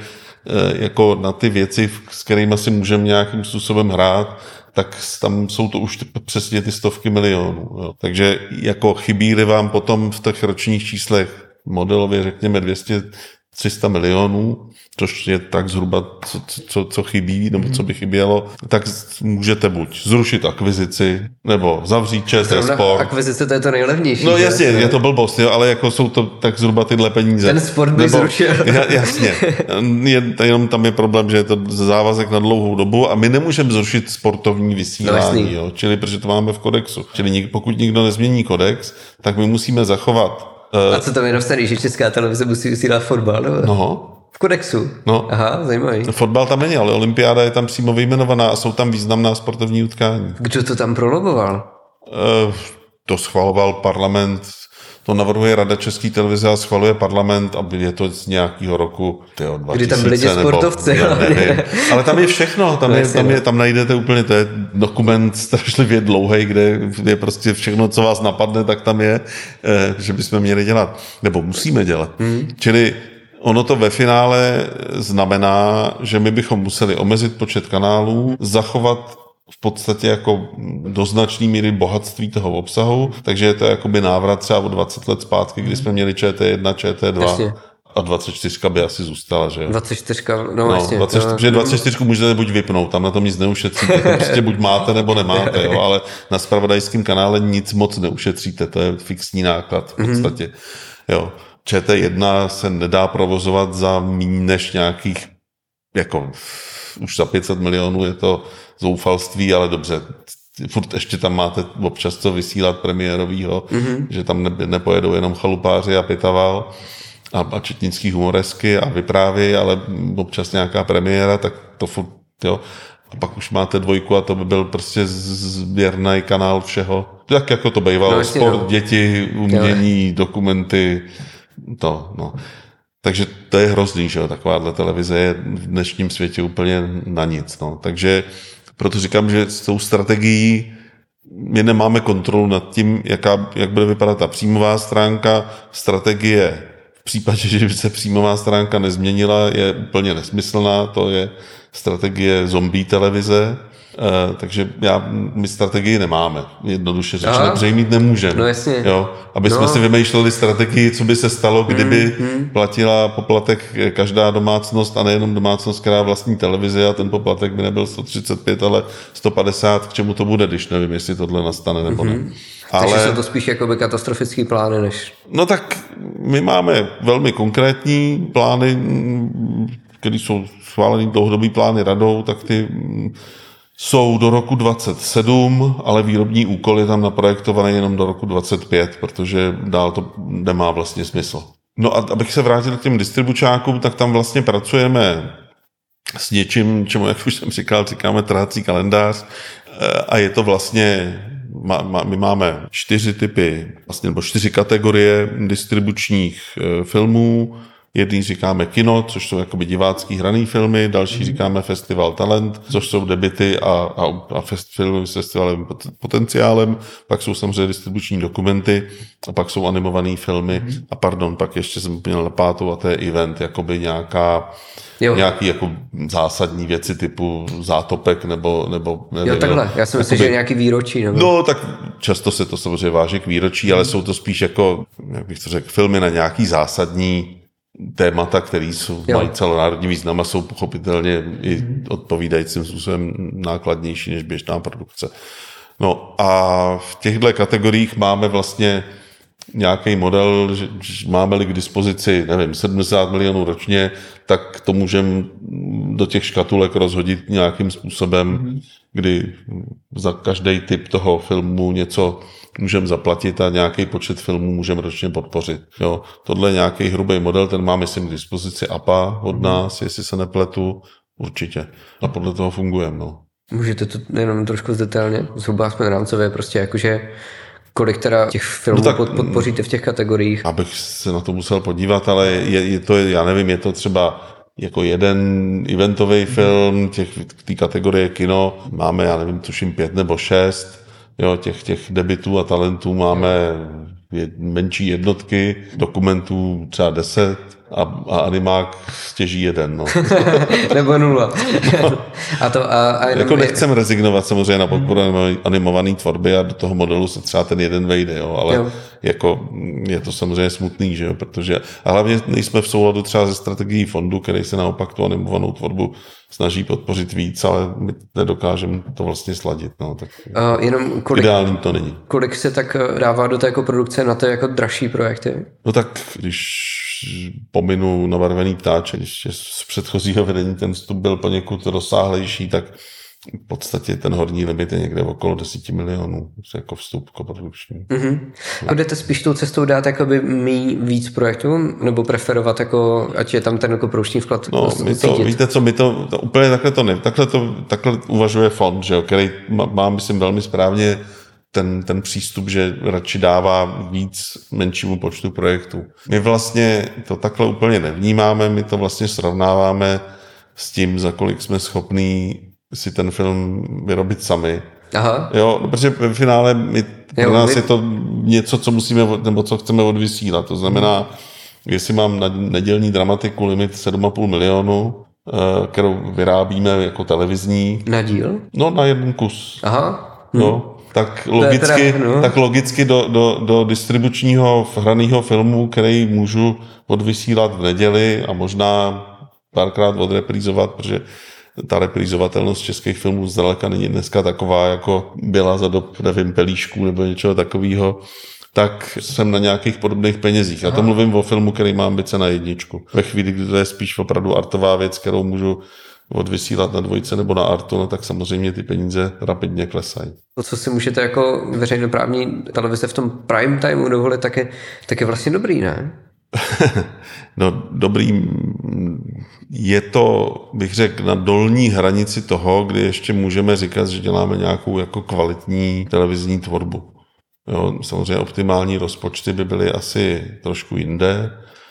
jako na ty věci, s kterými si můžeme nějakým způsobem hrát, tak tam jsou to už přesně ty stovky milionů. Jo. Takže jako chybí vám potom v těch ročních číslech modelově řekněme dvě stě tři sta milionů, což je tak zhruba, co, co, co chybí, nebo co by chybělo, tak můžete buď zrušit akvizici, nebo zavřít ČT Sport. Akvizice to je to nejlevnější. No jasně, je to blbost, jo, ale jako jsou to tak zhruba tyhle peníze. Ten sport by nebo, zrušil. Jasně, je, jenom tam je problém, že je to závazek na dlouhou dobu a my nemůžeme zrušit sportovní vysílání, no, jo, čili protože to máme v kodexu. Čili pokud nikdo nezmění kodex, tak my musíme zachovat. A co tam je napsaný, že Česká televize musí vysílat fotbal? Nebo? No. V kodexu? No. Aha, zajímavý. Fotbal tam není, ale olympiáda je tam přímo vyjmenovaná a jsou tam významná sportovní utkání. Kdo to tam proloboval? Uh, to schvaloval parlament, to navrhuje Rada České televize a schvaluje parlament a je to z nějakého roku tyjo, dva tisíce. Kdy tam byli sportovci. Nebo, ne, nevím. Ale tam je všechno, tam, je, tam, je, tam najdete úplně, to je dokument strašlivě dlouhý, kde je prostě všechno, co vás napadne, tak tam je, že bychom měli dělat, nebo musíme dělat. Hmm. Čili ono to ve finále znamená, že my bychom museli omezit počet kanálů, zachovat v podstatě jako do značné míry bohatství toho obsahu, takže je to jakoby návrat třeba o dvacet let zpátky, kdy jsme měli Č T jedna, Č T dva. Jasně. A dvacet čtyři by asi zůstala, že jo? dvacet čtyři, no, no jasně. dvacet čtyři, protože dvacet čtyři můžete buď vypnout, tam na tom nic neušetříte, to prostě buď máte, nebo nemáte, jo? Ale na zpravodajském kanále nic moc neušetříte, to je fixní náklad v podstatě, jo. Č T jedna se nedá provozovat za méně než nějakých, jako už za pět set milionů je to zoufalství, ale dobře, furt ještě tam máte občas co vysílat premiérovýho, mm-hmm. že tam ne, nepojedou jenom chalupáři a Pitaval a, a četnický humoresky a vyprávy, ale občas nějaká premiéra, tak to furt, jo. A pak už máte dvojku a to by byl prostě sběrný kanál všeho. Tak jako to bývalo, no, sport, no. Děti, umění, dokumenty, to, no. Takže to je hrozný, že jo, takováhle televize je v dnešním světě úplně na nic, no. Takže proto říkám, že s tou strategií my nemáme kontrolu nad tím, jaká, jak bude vypadat ta příjmová stránka. Strategie v případě, že by se příjmová stránka nezměnila, je úplně nesmyslná, to je strategie zombie televize, Uh, takže já, my strategii nemáme, jednoduše řečeno, protože mít nemůžeme. No jasně. Jo, aby no. jsme si vymýšleli strategii, co by se stalo, kdyby mm, mm. platila poplatek každá domácnost a nejenom domácnost, která vlastní televizi a ten poplatek by nebyl sto třicet pět, ale sto padesát, k čemu to bude, když nevím, jestli tohle nastane nebo mm-hmm. ne. Ale... Takže jsou to spíš jakoby katastrofický plány, než... No tak my máme velmi konkrétní plány, které jsou schválený dlouhodobý plány radou, tak ty jsou do roku dvacet sedm, ale výrobní úkol je tam naprojektovaný jenom do roku dvacet pět, protože dál to nemá vlastně smysl. No a abych se vrátil k těm distribučákům, tak tam vlastně pracujeme s něčím, čemu, jak už jsem říkal, říkáme trhací kalendář a je to vlastně... My máme čtyři typy, vlastně, nebo čtyři kategorie distribučních filmů. Jedný říkáme kino, což jsou jakoby divácký hraný filmy, další mm. říkáme Festival Talent, což jsou debuty a, a, a fest, filmy s festivalovým potenciálem, pak jsou samozřejmě distribuční dokumenty a pak jsou animované filmy mm. a pardon, pak ještě jsem měl na pátou a to je event, jakoby nějaká Jo. nějaký jako zásadní věci typu zátopek nebo... nebo nevím, jo, takhle. Já si myslím, že nějaký výročí. Nebo... No, tak často se to samozřejmě váží k výročí, mm. ale jsou to spíš jako, jak bych to řekl, filmy na nějaký zásadní témata, které jsou, mají celonárodní význam a jsou pochopitelně i odpovídajícím způsobem nákladnější než běžná produkce. No a v těchto kategoriích máme vlastně nějaký model, že máme-li k dispozici, nevím, sedmdesát milionů ročně, tak to můžeme do těch škatulek rozhodit nějakým způsobem, mm-hmm. kdy za každý typ toho filmu něco můžeme zaplatit a nějaký počet filmů můžeme ročně podpořit. Jo, tohle je nějaký hrubý model, ten má, myslím, k dispozici A P A od nás, jestli se nepletu, určitě. A podle toho fungujeme. No. Můžete to jenom trošku zdetailně, zhruba aspoň rámcově, prostě jakože kolik teda těch filmů no tak, podpoříte v těch kategoriích? Abych se na to musel podívat, ale je, je to, já nevím, je to třeba jako jeden eventový film, těch, té kategorie kino, máme, já nevím, tuším pět nebo šest, jo, těch, těch debutů a talentů máme menší jednotky, dokumentů třeba deset a, a animák stěží jeden. No. Nebo nula. No. A to, a, a jenom... Jako nechcem rezignovat samozřejmě na podporu animované tvorby a do toho modelu se třeba ten jeden vejde, jo, ale jo. Jako je to samozřejmě smutný, že jo, protože a hlavně nejsme v souladu třeba ze strategií fondu, který se naopak tu animovanou tvorbu snaží podpořit víc, ale my nedokážeme to vlastně sladit. No, tak uh, jenom kolik, ideální to není. Kolik se tak dává do té jako produkce na to jako dražší projekty? No tak, když pominu Nabarvený ptáče, když z předchozího vedení ten vstup byl poněkud rozsáhlejší, tak v podstatě ten horní limit je někde okolo deset milionů jako vstup koprodukční. Mm-hmm. A budete spíš tou cestou dát jakoby mít víc projektů, nebo preferovat jako, ať je tam ten jako prouštní vklad? No, my to, víte co, my to, to úplně takhle to ne, takhle to, takhle uvažuje fond, že jo, který má, má, myslím, velmi správně ten, ten přístup, že radši dává víc menšímu počtu projektů. My vlastně to takhle úplně nevnímáme, my to vlastně srovnáváme s tím, za kolik jsme schopní si ten film vyrobit sami. Aha. Jo, no, protože ve finále my, pro nás my... je to něco, co musíme, nebo co chceme odvysílat. To znamená, hmm. jestli mám na nedělní dramatiku limit sedm a půl milionu, kterou vyrábíme jako televizní. Na díl? No, na jeden kus. Aha. Hmm. No, tak logicky, teda, no. tak logicky do, do, do distribučního hraného filmu, který můžu odvysílat v neděli a možná párkrát odreprízovat, protože ta reprízovatelnost českých filmů zdaleka není dneska taková, jako byla za dob, nevím, Pelíšků nebo něčeho takového, tak jsem na nějakých podobných penězích. Já to mluvím o filmu, který má ambice na jedničku. Ve chvíli, kdy to je spíš opravdu artová věc, kterou můžu odvysílat na dvojce nebo na artu, no tak samozřejmě ty peníze rapidně klesají. To, co si můžete jako veřejnoprávní televize v tom prime timeu dovolit, tak je, tak je vlastně dobrý, ne? No dobrý, je to, bych řekl, na dolní hranici toho, kdy ještě můžeme říkat, že děláme nějakou jako kvalitní televizní tvorbu. Jo, samozřejmě optimální rozpočty by byly asi trošku jinde.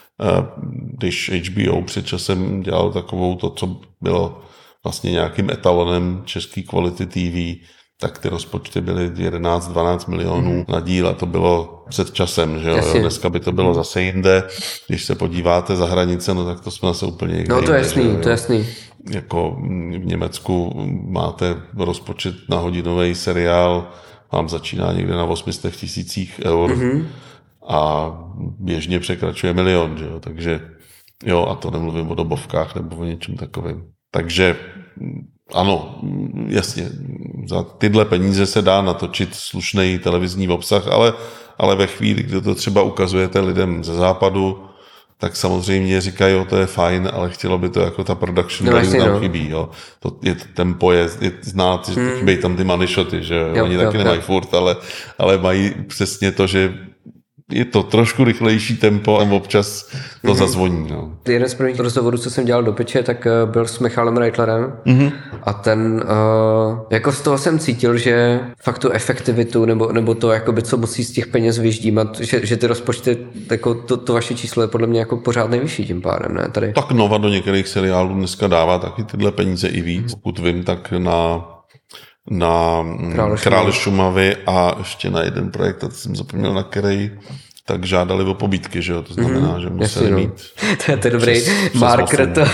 Když H B O před časem dělal takovou to, co bylo vlastně nějakým etalonem české kvality T V, tak ty rozpočty byly jedenáct dvanáct milionů mm. na díl a to bylo před časem, že jo? jo? Dneska by to bylo zase jinde. Když se podíváte za hranice, no tak to jsme zase úplně někde. No to je jinde, jasný, to je jasný. jako v Německu máte rozpočet na hodinový seriál, vám začíná někde na osm set tisících eur mm-hmm. a běžně překračuje milion, že jo? Takže jo, a to nemluvím o dobovkách nebo o něčem takovém. Takže ano, jasně, za tyhle peníze se dá natočit slušný televizní obsah, ale, ale ve chvíli, kdy to třeba ukazujete lidem ze západu, tak samozřejmě říkají, jo, to je fajn, ale chtělo by to jako ta production no, value tam no. chybí. Jo. To je tempo, je, je znát, že hmm. chybějí tam ty money shoty, že jo, oni jo, taky jo, nemají jo. furt, ale, ale mají přesně to, že je to trošku rychlejší tempo a občas to mm-hmm. zazvoní. No. Jeden z prvních rozhovorů, co jsem dělal do Piče, tak byl s Michalem Reitlerem mm-hmm. a ten, uh, jako z toho jsem cítil, že fakt tu efektivitu nebo, nebo to, jakoby, co musí z těch peněz vyždímat, že, že ty rozpočty, jako to, to vaše číslo je podle mě jako pořád nejvyšší tím pádem, ne? Tady. Tak Nova do některých seriálů dneska dává taky tyhle peníze i víc. Mm-hmm. Pokud vím, tak na na Krále, Krále Šumavy a ještě na jeden projekt, teď jsem zapomněl na který, tak žádali o pobídky, že jo, to znamená, mm-hmm. že museli Jasně, mít. No. to je to dobrý přes, marker to.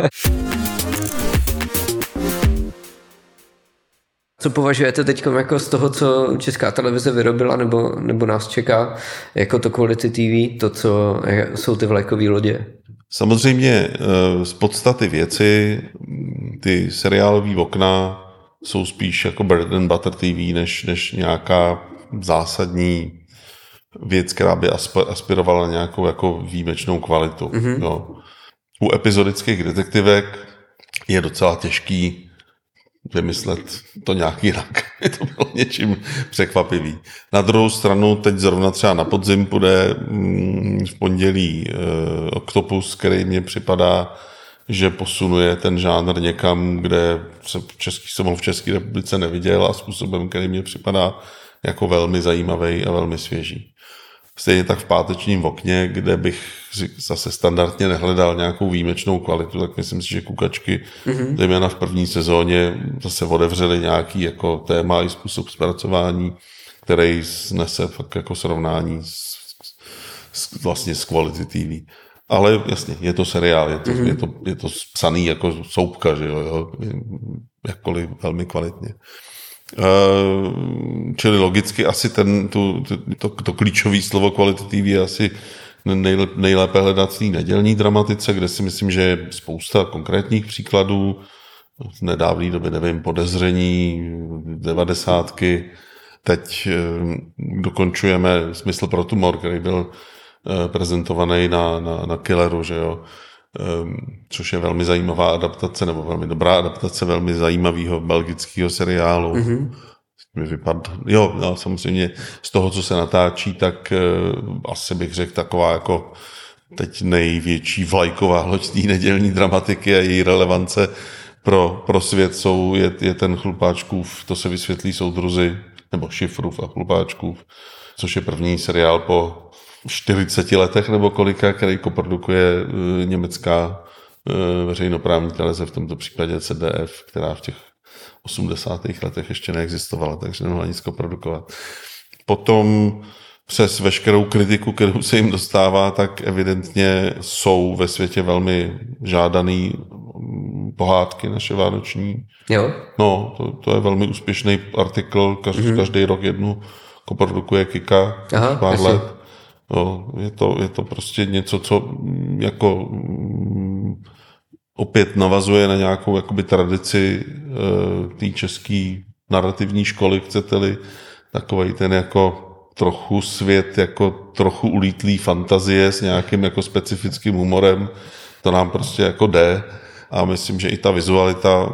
Co považujete teď jako z toho, co Česká televize vyrobila nebo, nebo nás čeká, jako to Quality T V, to, co jsou ty vlajkové lodě? Samozřejmě z podstaty věci ty seriálové okna jsou spíš jako bread and butter T V, než, než nějaká zásadní věc, která by aspirovala na nějakou jako výjimečnou kvalitu. Mm-hmm. Jo. U epizodických detektivek je docela těžký vymyslet to nějak jinak. To bylo něčím překvapivý. Na druhou stranu teď zrovna třeba na podzim půjde v pondělí eh, Octopus, který mně připadá, že posunuje ten žánr někam, kde se český, jsem ho v České republice neviděl a způsobem, který mě připadá jako velmi zajímavý a velmi svěží. Stejně tak v Pátečním okně, kde bych zase standardně nehledal nějakou výjimečnou kvalitu, tak myslím si, že Kukačky, mm-hmm. zejména v první sezóně, zase otevřeli nějaký jako téma i způsob zpracování, který snese fakt jako srovnání s, s, vlastně s Quality T V. Ale jasně, je to seriál, je to, mm-hmm. je to, je to psaný jako soupka, že jo, jo, jakkoliv velmi kvalitně. Uh, čili logicky asi ten, tu, to, to klíčové slovo Quality T V je asi nejlep, nejlépe hledat v té nedělní dramatice, kde si myslím, že je spousta konkrétních příkladů. V nedávné době, nevím, Podezření, devadesátky. Teď uh, dokončujeme Smysl pro tumor, který byl uh, prezentovaný na, na, na Killeru, že jo. Um, což je velmi zajímavá adaptace, nebo velmi dobrá adaptace velmi zajímavého belgického seriálu. Mm-hmm. Vypad... Jo, no, samozřejmě z toho, co se natáčí, tak uh, asi bych řekl taková jako teď největší vlajková loď té nedělní dramatiky a její relevance pro, pro svět jsou, je, je ten Chlupáčkův, to se vysvětlí soudruzi, nebo Šifrův a Chlupáčkův, což je první seriál po čtyřiceti letech nebo kolika, který koprodukuje uh, německá uh, veřejnoprávní televize, v tomto případě C D F, která v těch osmdesátých letech ještě neexistovala, takže nemohla nic koprodukovat. Potom přes veškerou kritiku, kterou se jim dostává, tak evidentně jsou ve světě velmi žádaný pohádky naše vánoční. Jo. No, to, to je velmi úspěšný artikl, každý, mm-hmm. každý rok jednu koprodukuje Kika, Aha, pár jasně. let. No, je, to, je to prostě něco, co jako um, opět navazuje na nějakou jakoby tradici uh, té české narrativní školy, chcete-li, takovej ten jako trochu svět, jako trochu ulítlý fantazie s nějakým jako specifickým humorem, to nám prostě jako jde a myslím, že i ta vizualita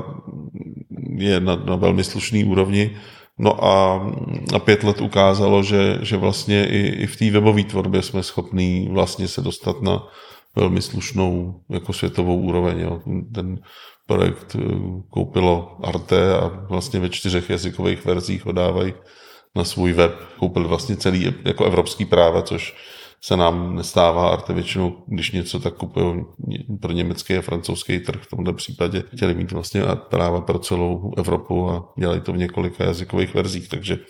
je na, na velmi slušný úrovni. No a, a pět let ukázalo, že, že vlastně i, i v té webové tvorbě jsme schopní vlastně se dostat na velmi slušnou jako světovou úroveň. Jo. Ten projekt koupilo Arte a vlastně ve čtyřech jazykových verzích ho dávají na svůj web. Koupili vlastně celý jako evropský práva, což se nám nestává. Arte většinou, když něco tak kupují pro německý a francouzský trh, v tomto případě chtěli mít vlastně práva pro celou Evropu a dělají to v několika jazykových verzích, takže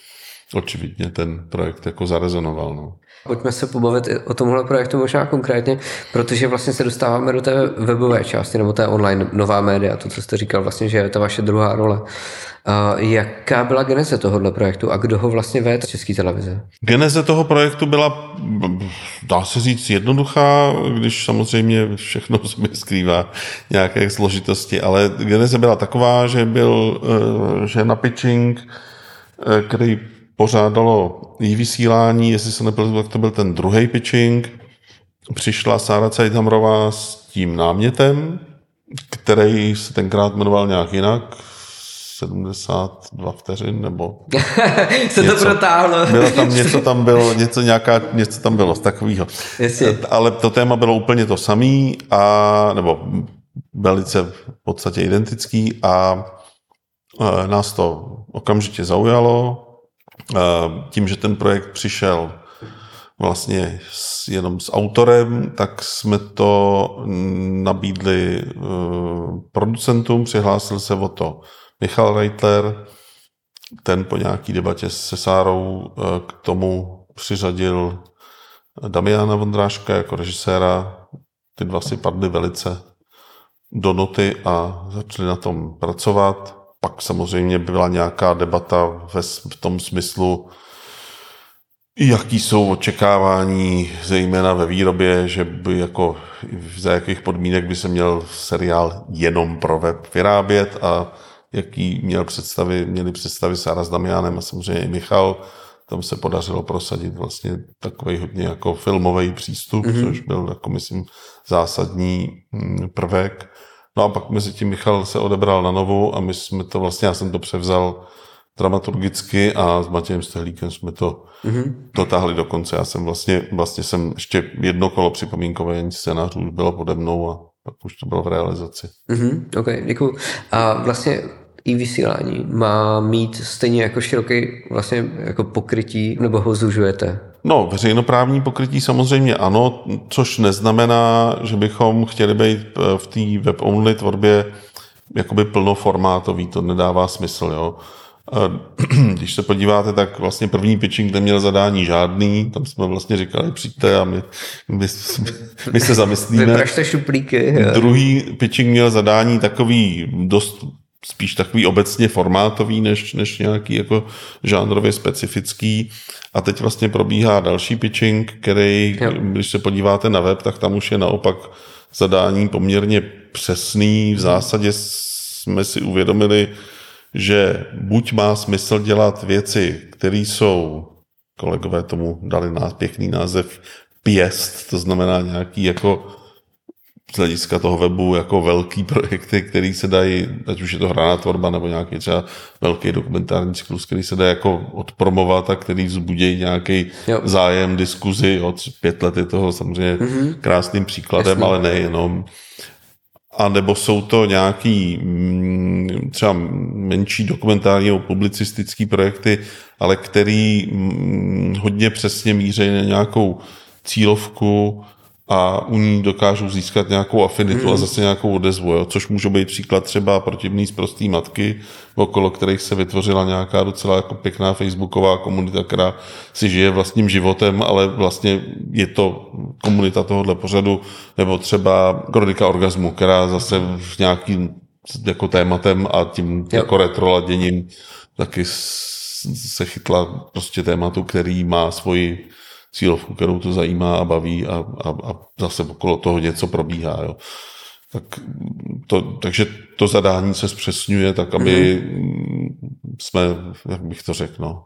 očividně ten projekt jako zarezonoval. No. Pojďme se pobavit o tomhle projektu možná konkrétně, protože vlastně se dostáváme do té webové části nebo té online nová média, to, co jste říkal vlastně, že je ta vaše druhá role. Uh, jaká byla geneze tohohle projektu a kdo ho vlastně vede České televize? Geneze toho projektu byla, dá se říct, jednoduchá, když samozřejmě všechno se mi skrývá nějaké složitosti, ale geneze byla taková, že byl, že na pitching, který pořádalo jí vysílání, jestli se nepletu, tak to byl ten druhý pitching, přišla Sára Cajthamrová s tím námětem, který se tenkrát jmenoval nějak jinak, sedmdesát dva vteřin, nebo se něco. To protáhlo. Bylo tam něco, tam bylo, něco, nějaká, něco tam bylo z takového. Ale to téma bylo úplně to samé, a, nebo velice v podstatě identický a, a nás to okamžitě zaujalo. Tím, že ten projekt přišel vlastně s, jenom s autorem, tak jsme to nabídli uh, producentům, přihlásil se o to Michal Reitler, ten po nějaký debatě se Sárou uh, k tomu přiřadil Damiana Vondráška jako režiséra. Ty dva si padly velice do noty a začali na tom pracovat. Pak samozřejmě byla nějaká debata ve, v tom smyslu, jaký jsou očekávání, zejména ve výrobě, že by jako za jakých podmínek by se měl seriál jenom pro web vyrábět a jaký měl představy, měli představy Sára s Damianem a samozřejmě i Michal. Tam se podařilo prosadit vlastně takový hodně jako filmový přístup, mm-hmm. což byl jako myslím zásadní prvek. No a pak mezi tím Michal se odebral na Novu a my jsme to vlastně, já jsem to převzal dramaturgicky a s Matějem Stehlíkem jsme to mm-hmm. dotáhli do konce. Já jsem vlastně, vlastně jsem ještě jedno kolo připomínkování scénářů už bylo pode mnou a pak už to bylo v realizaci. Mm-hmm. Ok, děkuju. A vlastně i vysílání má mít stejně jako široký vlastně jako pokrytí, nebo ho zužujete? No, veřejnoprávní pokrytí samozřejmě ano, což neznamená, že bychom chtěli být v té web-only tvorbě jakoby plnoformátový, to nedává smysl, jo. Když se podíváte, tak vlastně první pitching neměl zadání žádný, tam jsme vlastně říkali, přijďte a my, my, my se zamyslíme. Vypražte šuplíky. Jo. Druhý pitching měl zadání takový dost spíš takový obecně formátový, než, než nějaký jako žánrově specifický. A teď vlastně probíhá další pitching, který, jo. když se podíváte na web, tak tam už je naopak zadání poměrně přesný. V zásadě jsme si uvědomili, že buď má smysl dělat věci, které jsou, kolegové tomu dali nás pěkný název pěst, to znamená nějaký jako z hlediska toho webu jako velký projekty, který se dají, ať už je to hraná tvorba nebo nějaký třeba velký dokumentární cyklus, který se dá jako odpromovat a který vzbudí nějaký jo. zájem, diskuzi. Od pět let je toho samozřejmě mm-hmm. krásným příkladem, Jasný. ale nejenom. A nebo jsou to nějaký třeba menší dokumentární nebo publicistický projekty, ale který hodně přesně míří na nějakou cílovku a u ní dokážou získat nějakou afinitu mm. a zase nějakou odezvu, jo? Což může být příklad třeba Protivný z prostý matky, okolo kterých se vytvořila nějaká docela jako pěkná facebooková komunita, která si žije vlastním životem, ale vlastně je to komunita tohohle pořadu, nebo třeba Kronika orgazmu, která zase v nějakým jako tématem a tím jo. jako retroladěním taky se chytla prostě tématu, který má svoji cílovku, kterou to zajímá a baví a, a, a zase okolo toho něco probíhá. Jo. Tak to, takže to zadání se zpřesňuje tak, aby mm. jsme, jak bych to řekl, no,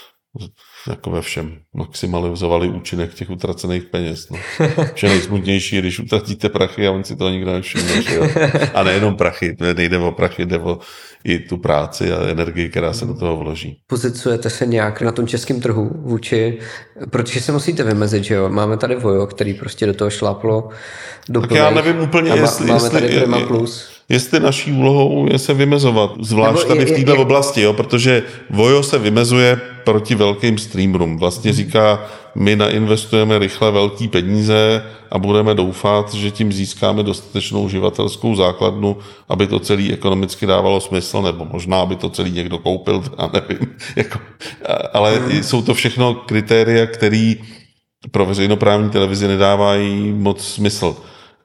jako ve všem maximalizovali účinek těch utracených peněz. No. Vše nejsmutnější je, když utratíte prachy a on si toho nikdo nevšimne. A nejenom prachy, nejde o prachy, jde o i tu práci a energii, která se do toho vloží. Pozicujete se nějak na tom českém trhu vůči, protože se musíte vymezit, že jo? Máme tady Vojo, který prostě do toho šláplo do Tak já nevím úplně, má, jestli, máme jestli, tady Prima Plus. jestli naší úlohou je se vymezovat, zvlášť Nebo tady je, v této oblasti, jo? Protože Vojo se vymezuje proti velkým streamerům. Vlastně říká, my nainvestujeme rychle velký peníze a budeme doufat, že tím získáme dostatečnou uživatelskou základnu, aby to celý ekonomicky dávalo smysl, nebo možná, aby to celý někdo koupil, já nevím. Jako, ale jsou to všechno kritéria, které pro veřejnoprávní televizi nedávají moc smysl.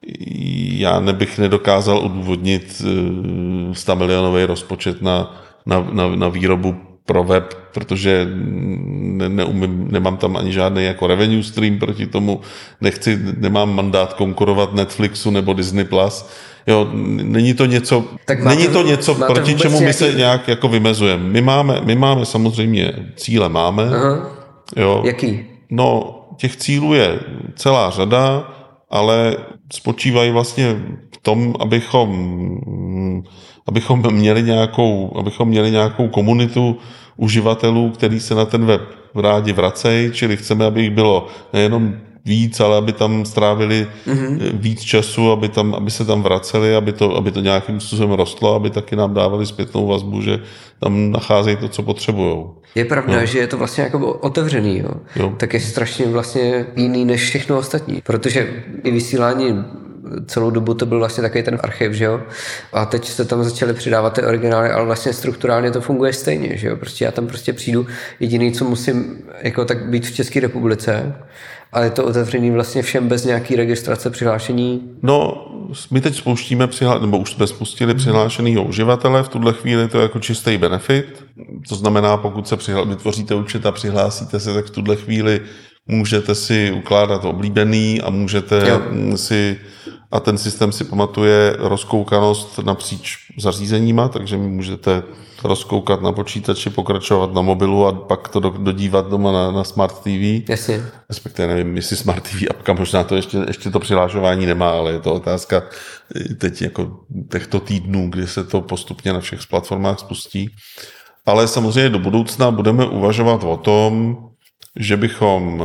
Já nebych nedokázal odůvodnit sto milionový rozpočet na, na, na, na výrobu pro web, protože ne, neumím, nemám tam ani žádný jako revenue stream proti tomu, nechci, nemám mandát konkurovat Netflixu nebo Disney plus. Jo, není to něco, máte, není to něco proti čemu nějaký... my se nějak jako vymezujeme. My máme, my máme samozřejmě cíle, máme. Aha. Jo. Jaký? No, těch cílů je celá řada, ale spočívají vlastně v tom, abychom, abychom, měli nějakou, abychom měli nějakou komunitu uživatelů, který se na ten web rádi vracejí, čili chceme, aby jich bylo nejenom víc, ale aby tam strávili mm-hmm. víc času, aby, tam, aby se tam vraceli, aby to, aby to nějakým způsobem rostlo, aby taky nám dávali zpětnou vazbu, že tam nacházejí to, co potřebujou. Je pravda, no. že je to vlastně jako otevřený, jo? Jo. Tak je strašně vlastně jiný než všechno ostatní, protože i vysílání celou dobu to byl vlastně takový ten archiv, že jo? A teď se tam začaly přidávat ty originály, ale vlastně strukturálně to funguje stejně, že jo? Prostě já tam prostě přijdu, jediný, co musím jako tak být v České republice, ale je to otevřený vlastně všem bez nějaký registrace, přihlášení. No, my teď spouštíme, přihla- nebo už jsme spustili přihlášenýho uživatele, v tuhle chvíli to je jako čistý benefit, to znamená, pokud se přihla- vytvoříte účet a přihlásíte se, tak v tuhle chvíli můžete si ukládat oblíbený a můžete jo. si, a ten systém si pamatuje rozkoukanost napříč zařízeníma, takže mi můžete rozkoukat na počítači, pokračovat na mobilu a pak to dodívat doma na, na Smart T V. Jasně. Respektive nevím, jestli Smart T V apka možná to ještě, ještě to přihlášování nemá, ale je to otázka teď jako těchto týdnů, kdy se to postupně na všech platformách spustí. Ale samozřejmě do budoucna budeme uvažovat o tom, že bychom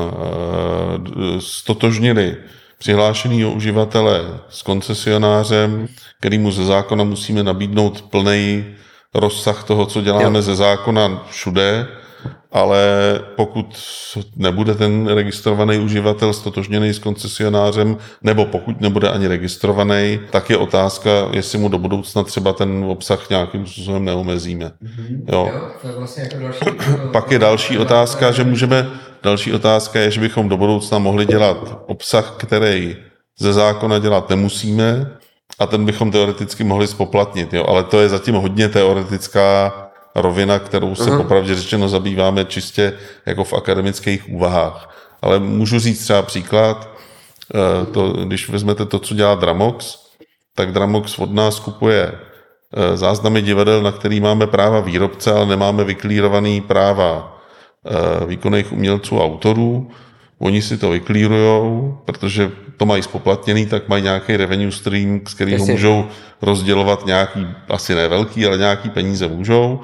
stotožnili přihlášenýho uživatele s koncesionářem, kterýmu ze zákona musíme nabídnout plný rozsah toho, co děláme jo. ze zákona všude, ale pokud nebude ten registrovaný uživatel stotožněný s koncesionářem, nebo pokud nebude ani registrovaný, tak je otázka, jestli mu do budoucna třeba ten obsah nějakým způsobem neomezíme. Mm-hmm. Jo. Jo, to je vlastně jako další... Pak je další otázka, že můžeme, další otázka je, že bychom do budoucna mohli dělat obsah, který ze zákona dělat nemusíme, a ten bychom teoreticky mohli spoplatnit, jo, ale to je zatím hodně teoretická rovina, kterou se uh-huh. popravdě řečeno zabýváme čistě jako v akademických úvahách. Ale můžu říct třeba příklad, to, když vezmete to, co dělá Dramox, tak Dramox od nás kupuje záznamy divadel, na který máme práva výrobce, ale nemáme vyklírovaný práva výkonných umělců a autorů. Oni si to vyklírujou, protože to mají spoplatněný, tak mají nějaký revenue stream, s kterým můžou rozdělovat nějaký, asi ne velký, ale nějaký peníze můžou.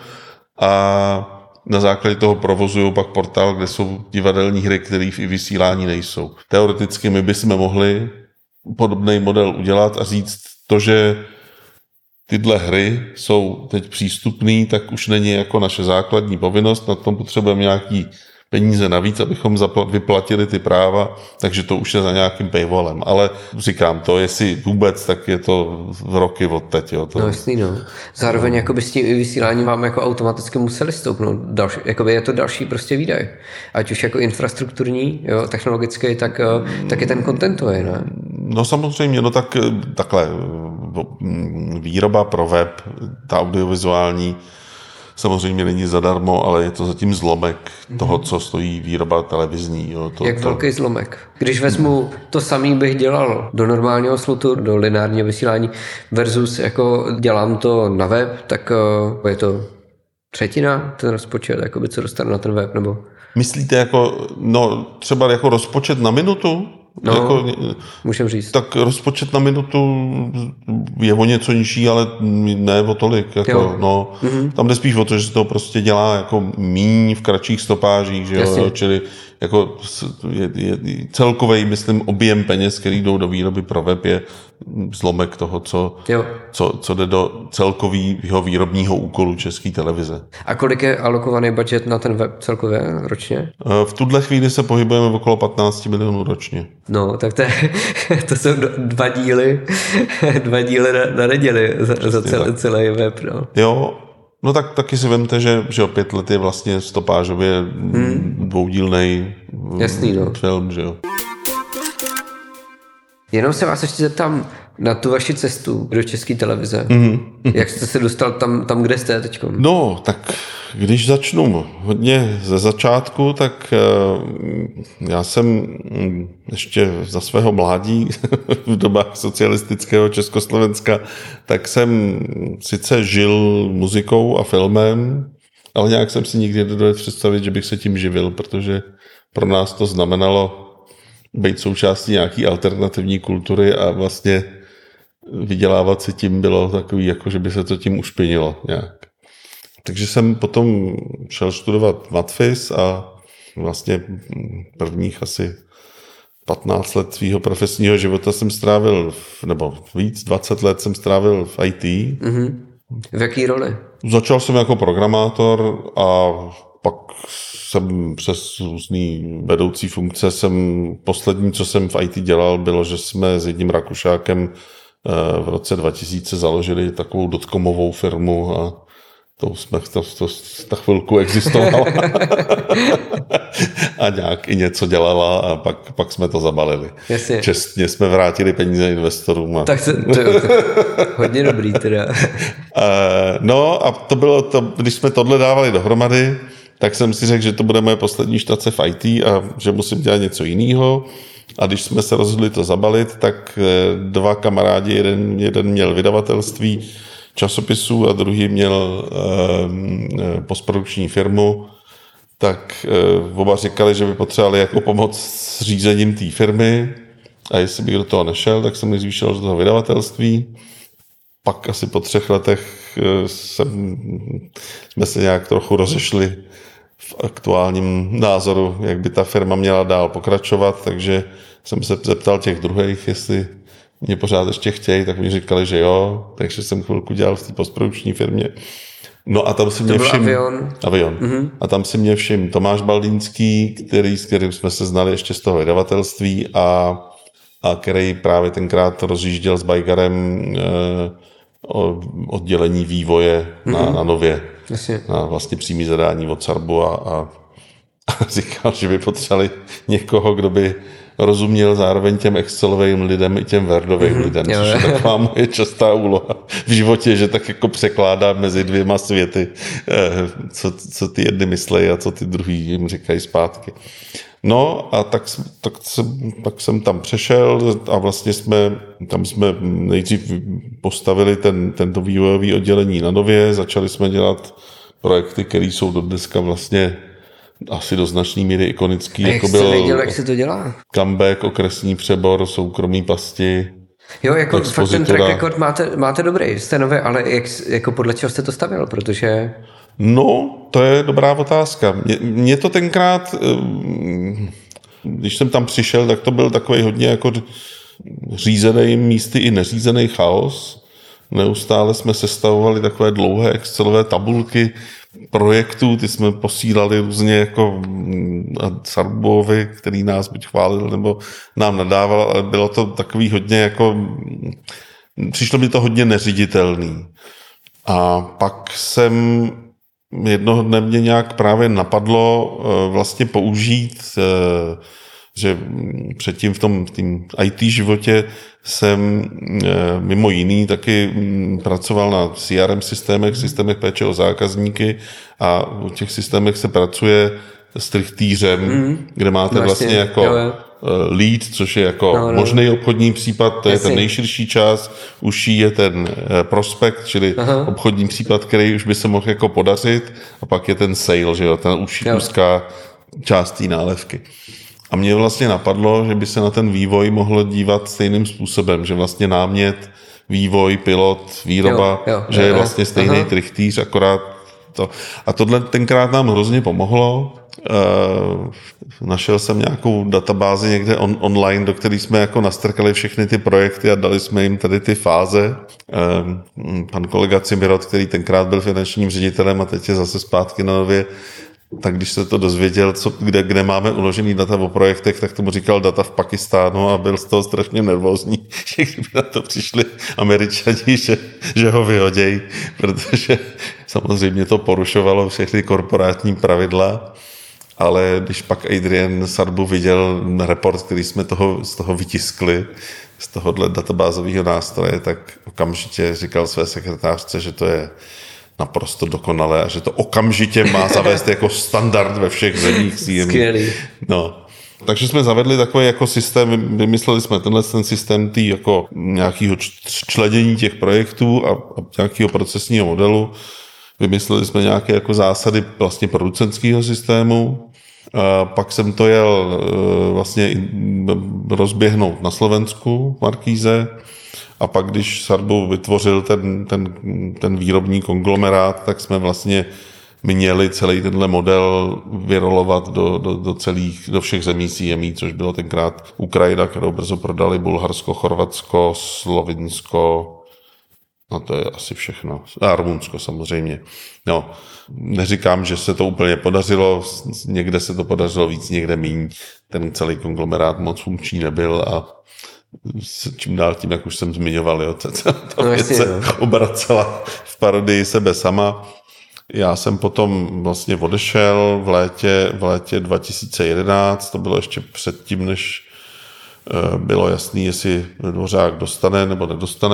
A na základě toho provozují pak portál, kde jsou divadelní hry, které v i vysílání nejsou. Teoreticky my bychom mohli podobný model udělat a říct to, že tyhle hry jsou teď přístupné, tak už není jako naše základní povinnost, na tom potřebujeme nějaký peníze navíc, abychom vyplatili ty práva, takže to už je za nějakým paywallem. Ale říkám to, jestli vůbec, tak je to v roky od teď. Jo, to... No jasný, no. Zároveň jakoby s tím vysíláním vám jako automaticky museli stoupnout. Další, jakoby je to další prostě výdaj. Ať už jako infrastrukturní, jo, technologický, tak, tak je ten contentový, ne? No samozřejmě, no tak takhle. Výroba pro web, ta audiovizuální, samozřejmě není zadarmo, ale je to zatím zlomek toho, co stojí výroba televizní. Jo. To, Jak to... velký zlomek? Když vezmu to samý bych dělal do normálního slotu, do lineárního vysílání versus jako dělám to na web, tak je to třetina ten rozpočet, jakoby, co dostanu na ten web, nebo? Myslíte jako, no třeba jako rozpočet na minutu? No, jako, můžem říct. Tak rozpočet na minutu je o něco nižší, ale ne o tolik. Jako, no, mm-hmm. Tam jde spíš o to, že se to prostě dělá jako míň v kratších stopážích, že jo, čili jako je, je, celkovej, myslím, objem peněz, který jdou do výroby pro web je zlomek toho, co, co, co jde do celkového výrobního úkolu České televize. A kolik je alokovaný budget na ten web celkově ročně? V tuhle chvíli se pohybujeme v okolo patnáct milionů ročně. No, tak to, je, to jsou dva díly, dva díly na, na neděli za, za celý, celý web. No. Jo, no tak taky si vemte, že, že o pět let je vlastně stopážově hmm. dvoudílnej Jasný, no. film, že jo. Jenom se vás ještě zeptám na tu vaši cestu do České televize. Mm-hmm. Jak jste se dostal tam, tam kde jste teď? No, tak když začnu hodně ze začátku, tak já jsem ještě za svého mládí v dobách socialistického Československa, tak jsem sice žil muzikou a filmem, ale nějak jsem si nikdy nedovedl představit, že bych se tím živil, protože pro nás to znamenalo být součástí nějaký alternativní kultury a vlastně vydělávat si tím bylo takový, jako že by se to tím ušpinilo nějak. Takže jsem potom šel studovat matfis a vlastně prvních asi patnáct let svého profesního života jsem strávil, nebo víc, dvacet let jsem strávil v í té. Mm-hmm. V jaký roli? Začal jsem jako programátor a pak jsem přes různý vedoucí funkce, jsem poslední, co jsem v í té dělal, bylo, že jsme s jedním Rakušákem v roce dva tisíce založili takovou dotcomovou firmu a to jsme to, to, na chvilku existovala a nějak i něco dělala a pak, pak jsme to zabalili. Jasně. Čestně jsme vrátili peníze investorům. A... Tak to, to je hodně dobrý teda. No a to bylo to, když jsme tohle dávali dohromady, tak jsem si řekl, že to bude moje poslední štace v í té a že musím dělat něco jiného. A když jsme se rozhodli to zabalit, tak dva kamarádi, jeden, jeden měl vydavatelství časopisů a druhý měl eh, postprodukční firmu, tak eh, oba říkali, že by potřebovali jako pomoc s řízením té firmy a jestli bych do toho nešel, tak jsem nejdřív šel do toho vydavatelství. Pak asi po třech letech eh, jsem, jsme se nějak trochu rozešli v aktuálním názoru, jak by ta firma měla dál pokračovat, takže jsem se zeptal těch druhých, jestli mě pořád ještě chtějí, tak mi říkali, že jo, takže jsem chvilku dělal v té postprodukční firmě. No a tam si mě všim... Avion. Avion. Mm-hmm. A tam si mě všim Tomáš Baldýnský, který, s kterým jsme se znali ještě z toho vydavatelství a, a který právě tenkrát rozjížděl s Bajgarem eh, oddělení vývoje mm-hmm. na, na Nově. Jasně. Na vlastně přímý zadání od Sarbu a, a, a říkal, že by potřebovali někoho, kdo by rozuměl zároveň těm Excelovým lidem i těm Wordovým mm-hmm. lidem, což je taková moje častá úloha v životě, že tak jako překládám mezi dvěma světy, co, co ty jedny myslejí a co ty druhý jim říkají zpátky. No a tak, tak jsem, pak jsem tam přešel a vlastně jsme, tam jsme nejdřív postavili ten, tento vývojové oddělení na Nově, začali jsme dělat projekty, které jsou do dneska vlastně asi do značné míry ikonický. A jak jako jste byl věděl, jak se to dělá? Comeback, okresní přebor, soukromí pasti. Jo, jako fakt ten track record máte, máte dobrý, jste nové, ale jak, jako podle čeho jste to stavěl, protože... No, to je dobrá otázka. Mě, mě to tenkrát, když jsem tam přišel, tak to byl takový hodně jako řízený místy i neřízený chaos. Neustále jsme sestavovali takové dlouhé excelové tabulky projektů, ty jsme posílali různě jako Sarbovi, který nás buď chválil, nebo nám nadával, ale bylo to takový hodně jako, přišlo mi to hodně neřiditelný. A pak jsem jednoho dne mě nějak právě napadlo vlastně použít, že předtím v tom v tým í té životě jsem mimo jiný taky pracoval na C R M systémech, systémech péče o zákazníky a u těch systémech se pracuje s trichtýřem, mm. kde máte vlastně, vlastně jako jo, jo. lead, což je jako no, no. možný obchodní případ, to je Jasně. ten nejširší část, užší je ten prospekt, čili Aha. obchodní případ, který už by se mohl jako podařit, a pak je ten sale, že jo, ten užší úzká část té nálevky. A mě vlastně napadlo, že by se na ten vývoj mohlo dívat stejným způsobem, že vlastně námět, vývoj, pilot, výroba, jo, jo, že jo, je vlastně stejný Aha. trichtýř, akorát to. A tohle tenkrát nám hrozně pomohlo. Našel jsem nějakou databázi někde on, online, do které jsme jako nastrkali všechny ty projekty a dali jsme jim tady ty fáze. Pan kolega Cimirot, který tenkrát byl finančním ředitelem a teď je zase zpátky na Nově, tak když se to dozvěděl, co, kde, kde máme uložený data o projektech, tak tomu říkal data v Pakistánu a byl z toho strašně nervózní, že kdyby na to přišli Američani, že, že ho vyhodějí, protože samozřejmě to porušovalo všechny korporátní pravidla. Ale když pak Adrian Sarbu viděl report, který jsme toho, z toho vytiskli, z tohohle databázového nástroje, tak okamžitě říkal své sekretářce, že to je naprosto dokonalé a že to okamžitě má zavést jako standard ve všech zemích C M E. Skvělý. No. Takže jsme zavedli takový jako systém, vymysleli jsme tenhle ten systém tý jako nějakého členění těch projektů a, a nějakého procesního modelu. Vymysleli jsme nějaké jako zásady vlastně producentského systému. A pak jsem to jel vlastně rozběhnout na Slovensku v Markíze. A pak, když Sarbu vytvořil ten, ten, ten výrobní konglomerát, tak jsme vlastně měli celý tenhle model vyrolovat do, do, do, celých, do všech zemí C M E, což bylo tenkrát Ukrajina, kterou brzo prodali, Bulharsko, Chorvatsko, Slovinsko, no to je asi všechno. A Rumunsko samozřejmě. No, neříkám, že se to úplně podařilo, někde se to podařilo víc, někde míň. Ten celý konglomerát moc funkční nebyl a čím dál tím, jak už jsem zmiňoval, jo, ta, ta no, věc se obracela v parodii sebe sama. Já jsem potom vlastně odešel v létě, v létě dva tisíce jedenáct, to bylo ještě předtím, než bylo jasný, jestli Dvořák dostane nebo nedostane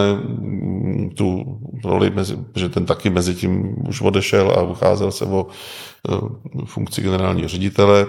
tu roli, že ten taky mezi tím už odešel a ucházel se o funkci generálního ředitele.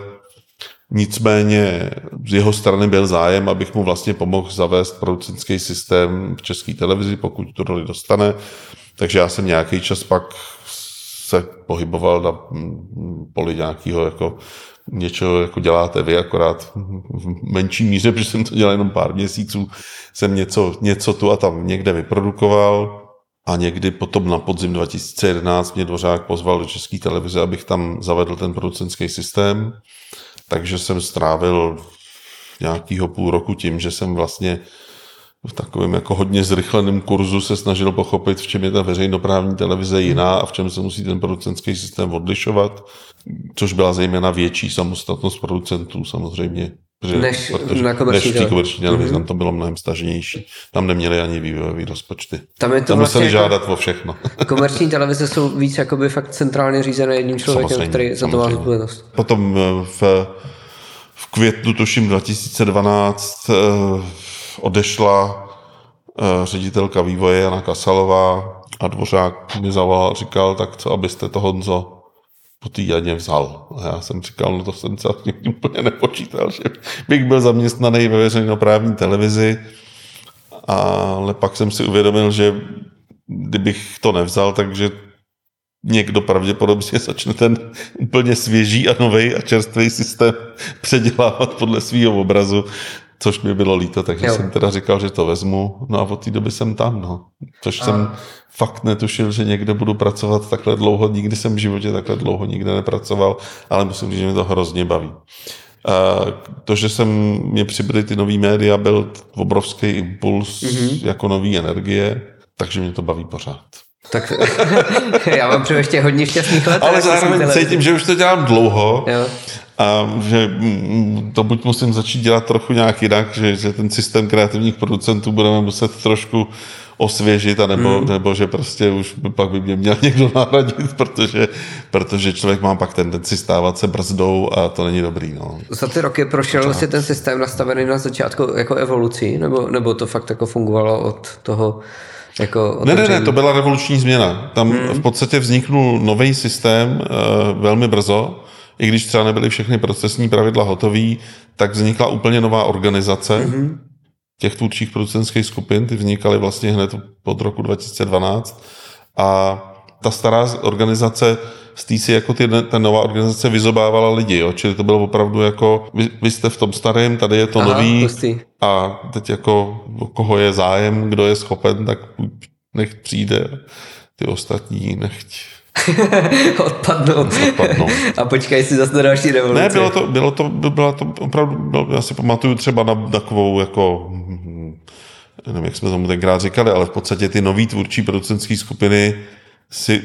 Nicméně z jeho strany byl zájem, abych mu vlastně pomohl zavést producentský systém v České televizi, pokud tu roli dostane. Takže já jsem nějaký čas pak se pohyboval na poli nějakého jako něčeho, jako děláte vy, akorát v menší míře, protože jsem to dělal jenom pár měsíců, jsem něco, něco tu a tam někde vyprodukoval a někdy potom na podzim dva tisíce jedenáct mě Dvořák pozval do České televize, abych tam zavedl ten producentský systém. Takže jsem strávil nějakýho půl roku tím, že jsem vlastně v takovém jako hodně zrychleném kurzu se snažil pochopit, v čem je ta veřejnoprávní televize jiná a v čem se musí ten producentský systém odlišovat, což byla zejména větší samostatnost producentů samozřejmě. Než na komerční televizi. komerční televizi, mm-hmm. Tam to bylo mnohem stažnější. Tam neměli ani vývojové rozpočty. Tam, je to tam vlastně museli jako žádat o všechno. Komerční televize jsou víc jakoby fakt centrálně řízené jedním člověkem, samozřejmě, který za to má zodpovědnost. Potom v, v květnu, tuším dva tisíce dvanáct, odešla ředitelka vývoje Jana Kasalová a Dvořák mi zavolal a říkal, tak co, abyste to, Honzo, po té Janě vzal. A já jsem říkal, no to jsem se úplně nepočítal, že bych byl zaměstnaný ve veřejnoprávní televizi, ale pak jsem si uvědomil, že kdybych to nevzal, takže někdo pravděpodobně začne ten úplně svěží a novej a čerstvý systém předělávat podle svýho obrazu, což mi bylo líto, takže jo. jsem teda říkal, že to vezmu, no a od té doby jsem tam, no. Což a... jsem fakt netušil, že někde budu pracovat takhle dlouho, nikdy jsem v životě takhle dlouho nikde nepracoval, ale musím říct, že mě to hrozně baví. A to, že jsem mě přibyly ty nový média, byl obrovský impuls mm-hmm. jako nový energie, takže mě to baví pořád. Tak já vám přeju ještě hodně šťastných let. Ale zároveň cítím, že už to dělám dlouho jo. a že to buď musím začít dělat trochu nějak jinak, že, že ten systém kreativních producentů budeme muset trošku osvěžit, anebo, hmm. nebo že prostě už by, pak by mě měl někdo nahradit, protože, protože člověk má pak tendenci stávat se brzdou a to není dobrý. No. Za ty roky prošel vlastně ten systém nastavený na začátku jako evolucí, nebo, nebo to fakt jako fungovalo od toho jako ne, ne, ne, to byla revoluční změna. Tam hmm. v podstatě vzniknul nový systém uh, velmi brzo, i když třeba nebyly všechny procesní pravidla hotový, tak vznikla úplně nová organizace hmm. těch tvůrčích producentských skupin, ty vznikaly vlastně hned pod roku dva tisíce dvanáct a ta stará organizace z té si jako ty, ta nová organizace vyzobávala lidi, jo? Čili to bylo opravdu jako, vy, vy jste v tom starém, tady je to Aha, nový pustý. A teď jako o koho je zájem, kdo je schopen, tak nech přijde, ty ostatní nechť. Odpadnou. Odpadnou. A počkej si zase na další revoluci. Ne, bylo to, bylo to, bylo to opravdu, bylo, já si pamatuju třeba na takovou jako, nevím, jak jsme tomu tenkrát říkali, ale v podstatě ty nový tvůrčí producentské skupiny si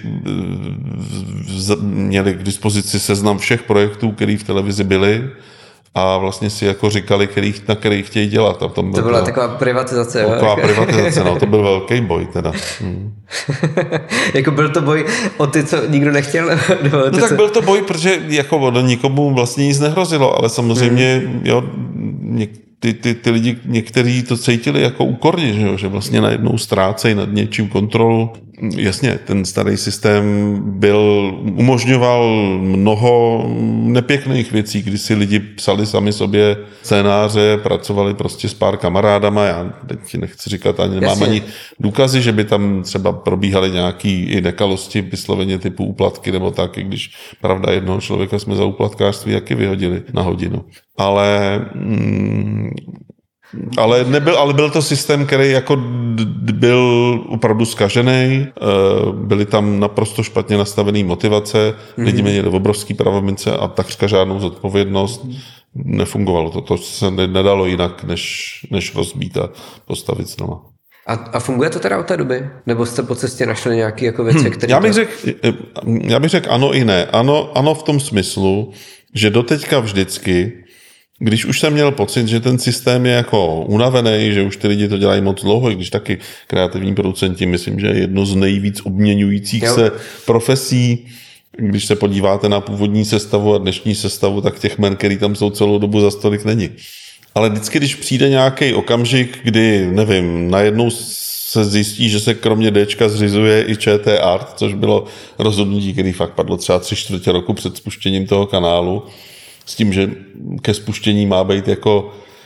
měli k dispozici seznam všech projektů, které v televizi byly, a vlastně si jako říkali, který, na který chtějí dělat. A tam to byla to, taková privatizace. Taková privatizace, no, to byl velký boj teda. Hmm. Jako byl to boj o ty, co nikdo nechtěl? Nebo ty, no tak co... byl to boj, protože jako ono nikomu vlastně nic nehrozilo, ale samozřejmě hmm. jo, něk- ty, ty, ty lidi, někteří to cítili jako úkorně, že, jo, že vlastně najednou ztrácejí nad něčím kontrolu. Jasně, ten starý systém byl, umožňoval mnoho nepěkných věcí, kdy si lidi psali sami sobě scénáře, pracovali prostě s pár kamarádama, já teď nechci říkat, ani nemám Jasně. ani důkazy, že by tam třeba probíhaly nějaký i nekalosti, vysloveně typu úplatky nebo tak, i když pravda jednoho člověka jsme za úplatkářství taky vyhodili na hodinu. Ale... Mm, Ale, nebyl, ale byl to systém, který jako byl opravdu zkažený, byly tam naprosto špatně nastavené motivace, mm. lidi měli obrovský pravomoci a takřka žádnou zodpovědnost. Nefungovalo to, to se nedalo jinak, než, než rozbít a postavit znova. A, a funguje to teda od té doby? Nebo jste po cestě našli nějaké jako věci, které... Já bych řekl já bych řekl ano i ne. Ano, ano v tom smyslu, že doteďka vždycky, když už jsem měl pocit, že ten systém je jako unavený, že už ty lidi to dělají moc dlouho, i když taky kreativní producenti, myslím, že je jedno z nejvíc obměňujících jo. se profesí. Když se podíváte na původní sestavu a dnešní sestavu, tak těch men, který tam jsou celou dobu, za stolik není. Ale vždycky, když přijde nějaký okamžik, kdy, nevím, najednou se zjistí, že se kromě Dčka zřizuje i ČT Art, což bylo rozhodnutí, který fakt padlo třeba tři čtvrtě roku před spuštěním toho kanálu, s tím, že ke spuštění má být jako,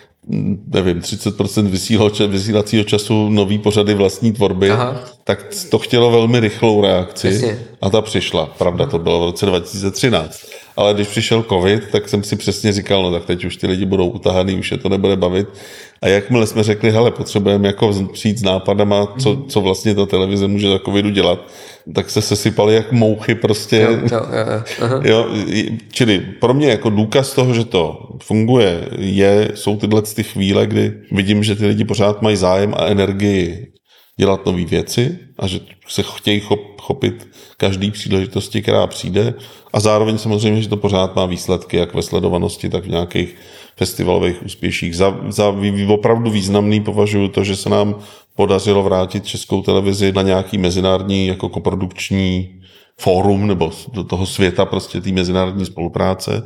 nevím, třicet procent vysílacího času nový pořady vlastní tvorby, Aha. tak to chtělo velmi rychlou reakci Jasně. a ta přišla. Pravda, to bylo v roce dva tisíce třináct. Ale když přišel covid, tak jsem si přesně říkal, no tak teď už ty lidi budou utahaný, už je to nebude bavit. A jakmile jsme řekli, hele, potřebujeme jako přijít s nápadama, co, co vlastně ta televize může za covidu dělat, tak se sesypaly jak mouchy prostě. Jo, jo, jo. jo, čili pro mě jako důkaz toho, že to funguje, je, jsou tyhle ty chvíle, kdy vidím, že ty lidi pořád mají zájem a energii dělat nové věci a že se chtějí chop, chopit každý příležitosti, která přijde, a zároveň samozřejmě, že to pořád má výsledky jak ve sledovanosti, tak v nějakých festivalových úspěších. Za, za opravdu významný považuji to, že se nám podařilo vrátit Českou televizi na nějaký mezinárodní jako koprodukční fórum nebo do toho světa prostě té mezinárodní spolupráce.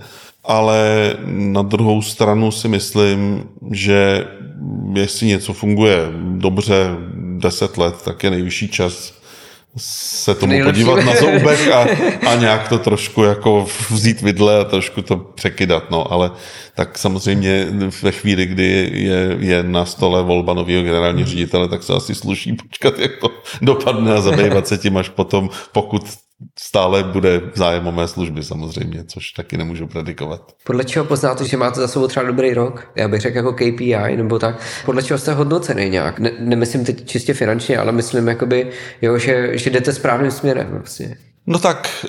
Ale na druhou stranu si myslím, že jestli něco funguje dobře deset let, tak je nejvyšší čas se tomu Nejlepší. podívat na zoubek a, a nějak to trošku jako vzít vidle a trošku to překydat, no, ale tak samozřejmě ve chvíli, kdy je, je na stole volba nového generálního ředitele, tak se asi sluší počkat, jak to dopadne a zabývat se tím až potom, pokud stále bude zájem o mé služby samozřejmě, což taky nemůžu predikovat. Podle čeho poznáte, že máte za sebou třeba dobrý rok? Já bych řekl jako K P I nebo tak. Podle čeho jste hodnocený nějak? Ne, nemyslím teď čistě finančně, ale myslím jakoby, jo, že, že jdete správným směrem vlastně. No tak,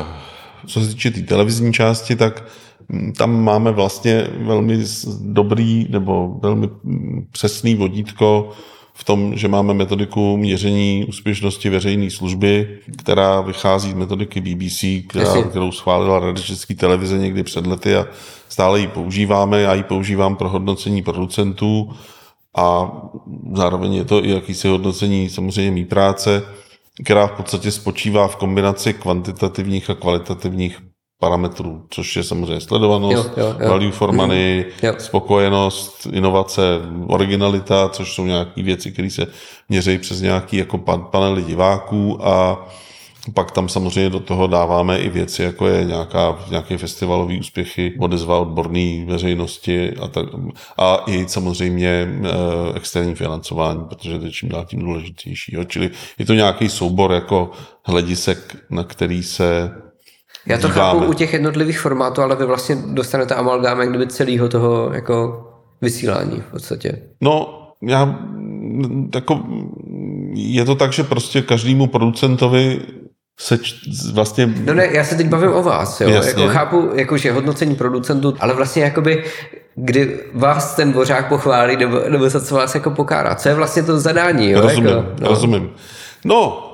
co se týče té televizní části, tak tam máme vlastně velmi dobrý nebo velmi přesný vodítko v tom, že máme metodiku měření úspěšnosti veřejné služby, která vychází z metodiky B B C, která, kterou schválila Rada České televize někdy před lety a stále ji používáme. Já ji používám pro hodnocení producentů a zároveň je to i jakýsi hodnocení samozřejmě mý práce, která v podstatě spočívá v kombinaci kvantitativních a kvalitativních parametrů, což je samozřejmě sledovanost, jo, jo, jo. value for money, jo. spokojenost, inovace, originalita, což jsou nějaké věci, které se měří přes nějaký jako panely diváků, a pak tam samozřejmě do toho dáváme i věci, jako je nějaká, nějaké festivalové úspěchy, odezva odborné veřejnosti a, tak, a i samozřejmě externí financování, protože to je čím dál tím důležitější. Jo. Čili je to nějaký soubor jako hledisek, na který se Já to díváme. Chápu u těch jednotlivých formátů, ale vy vlastně dostanete amalgám jak kdyby celého toho jako vysílání v podstatě. No, já jako, je to tak, že prostě každému producentovi se č, vlastně... No ne, já se teď bavím o vás, jo. Jako chápu, jakože hodnocení producentů, ale vlastně jakoby, kdy vás ten Dvořák pochválí, nebo, nebo za co vás jako pokárá. Co je vlastně to zadání, jo? Rozumím, jako, no. rozumím. No,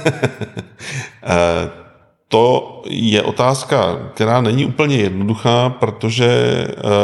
to je otázka, která není úplně jednoduchá, protože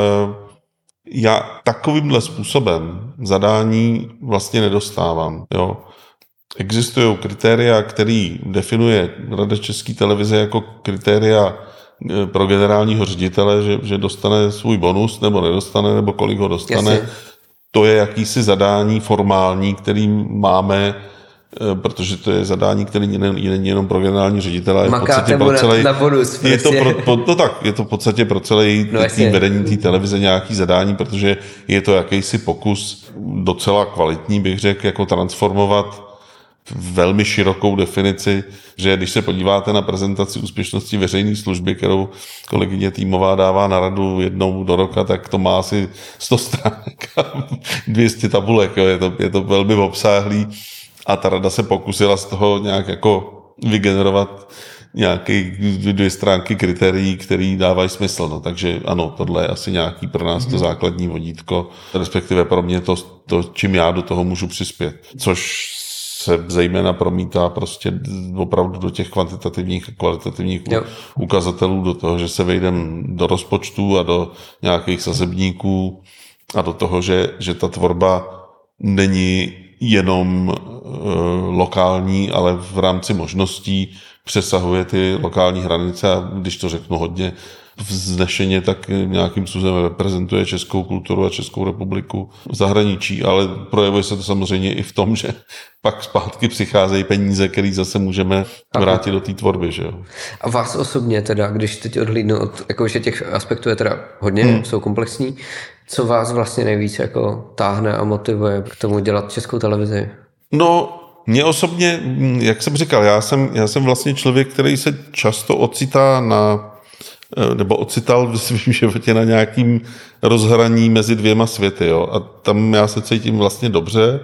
já takovýmhle způsobem zadání vlastně nedostávám, jo. Existují kritéria, který definuje Rada České televize jako kritéria pro generálního ředitele, že, že dostane svůj bonus nebo nedostane, nebo kolik ho dostane. Jasně. To je jakýsi zadání formální, který máme, protože to je zadání, který není jenom pro generální ředitele, ale v podstatě pro celý... Na bonus, je to pro, pro, no tak, je to v podstatě pro celý no tým vedení té televize nějaký zadání, protože je to jakýsi pokus docela kvalitní, bych řekl, jako transformovat velmi širokou definici, že když se podíváte na prezentaci úspěšnosti veřejné služby, kterou kolegyně Týmová dává na radu jednou do roka, tak to má asi sto stránek a dvě stě tabulek. Jo. Je, to, je to velmi obsáhlý a ta rada se pokusila z toho nějak jako vygenerovat nějaké dvě stránky kritérií, které dávají smysl. No, takže ano, tohle je asi nějaký pro nás to základní vodítko, respektive pro mě to, to, čím já do toho můžu přispět. Což se zejména promítá prostě opravdu do těch kvantitativních a kvalitativních jo. ukazatelů, do toho, že se vejdeme do rozpočtu a do nějakých sazebníků a do toho, že, že ta tvorba není jenom e, lokální, ale v rámci možností přesahuje ty lokální hranice a když to řeknu hodně vznešeně, tak nějakým způsobem reprezentuje českou kulturu a Českou republiku v zahraničí, ale projevuje se to samozřejmě i v tom, že pak zpátky přicházejí peníze, které zase můžeme vrátit do té tvorby. Že jo? A vás osobně teda, když teď odhlídnu od, jakože těch aspektů je teda hodně, hmm. jsou komplexní, co vás vlastně nejvíc jako táhne a motivuje k tomu dělat Českou televizi? No, mě osobně, jak jsem říkal, já jsem, já jsem vlastně člověk, který se často ocitá na nebo ocital v svém životě na nějakým rozhraní mezi dvěma světy. Jo? A tam já se cítím vlastně dobře.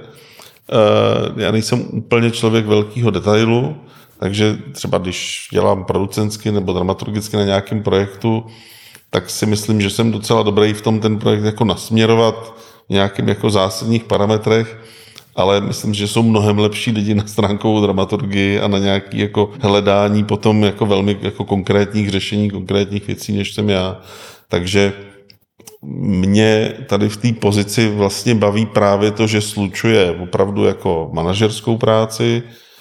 Já nejsem úplně člověk velkého detailu, takže třeba když dělám producentsky nebo dramaturgicky na nějakém projektu, tak si myslím, že jsem docela dobrý v tom ten projekt jako nasměrovat v nějakým jako zásadních parametrech, ale myslím, že jsou mnohem lepší lidi na stránkovou dramaturgii a na nějaké jako hledání potom jako velmi jako konkrétních řešení, konkrétních věcí, než jsem já. Takže mě tady v té pozici vlastně baví právě to, že slučuje opravdu jako manažerskou práci,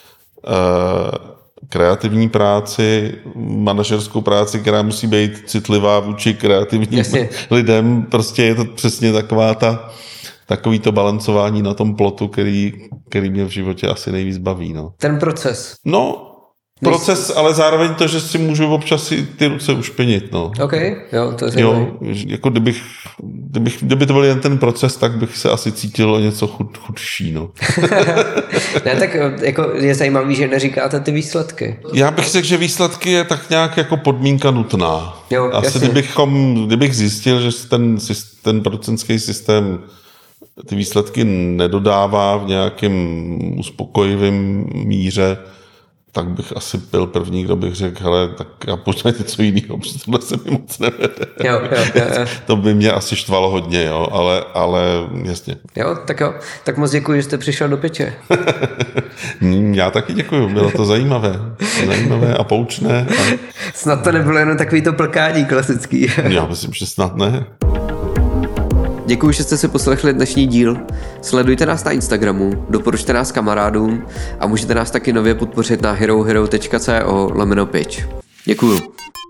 kreativní práci, manažerskou práci, která musí být citlivá vůči kreativním Jasně. lidem. Prostě je to přesně taková ta takový to balancování na tom plotu, který, který mě v životě asi nejvíc baví. No. Ten proces. No, proces, ale zároveň to, že si můžu občas si ty ruce ušpinit. No. OK, jo, to je jo, jako kdybych, kdybych, kdyby to byl jen ten proces, tak bych se asi cítil o něco chud, chudší. No. Ne, tak jako je zajímavý, že neříkáte ty výsledky. Já bych řekl, že výsledky je tak nějak jako podmínka nutná. Jo, asi kdybychom, kdybych zjistil, že ten, ten producentský systém ty výsledky nedodává v nějakém uspokojivém míře, tak bych asi byl první, kdo bych řekl, hele, tak já pojď něco jiného, protože tohle se mi moc nevede. Jo, jo, jo, jo. To by mě asi štvalo hodně, jo, ale, ale jasně. Jo, tak jo, tak moc děkuji, že jste přišel do Piče. Já taky děkuji, bylo to zajímavé, zajímavé a poučné. A... Snad to nebylo jenom takový to plkání klasický. Já myslím, že snad ne. Děkuji, že jste si poslechli dnešní díl. Sledujte nás na Instagramu, doporučte nás kamarádům a můžete nás taky nově podpořit na herohero tečka co lomeno pitch. Děkuju.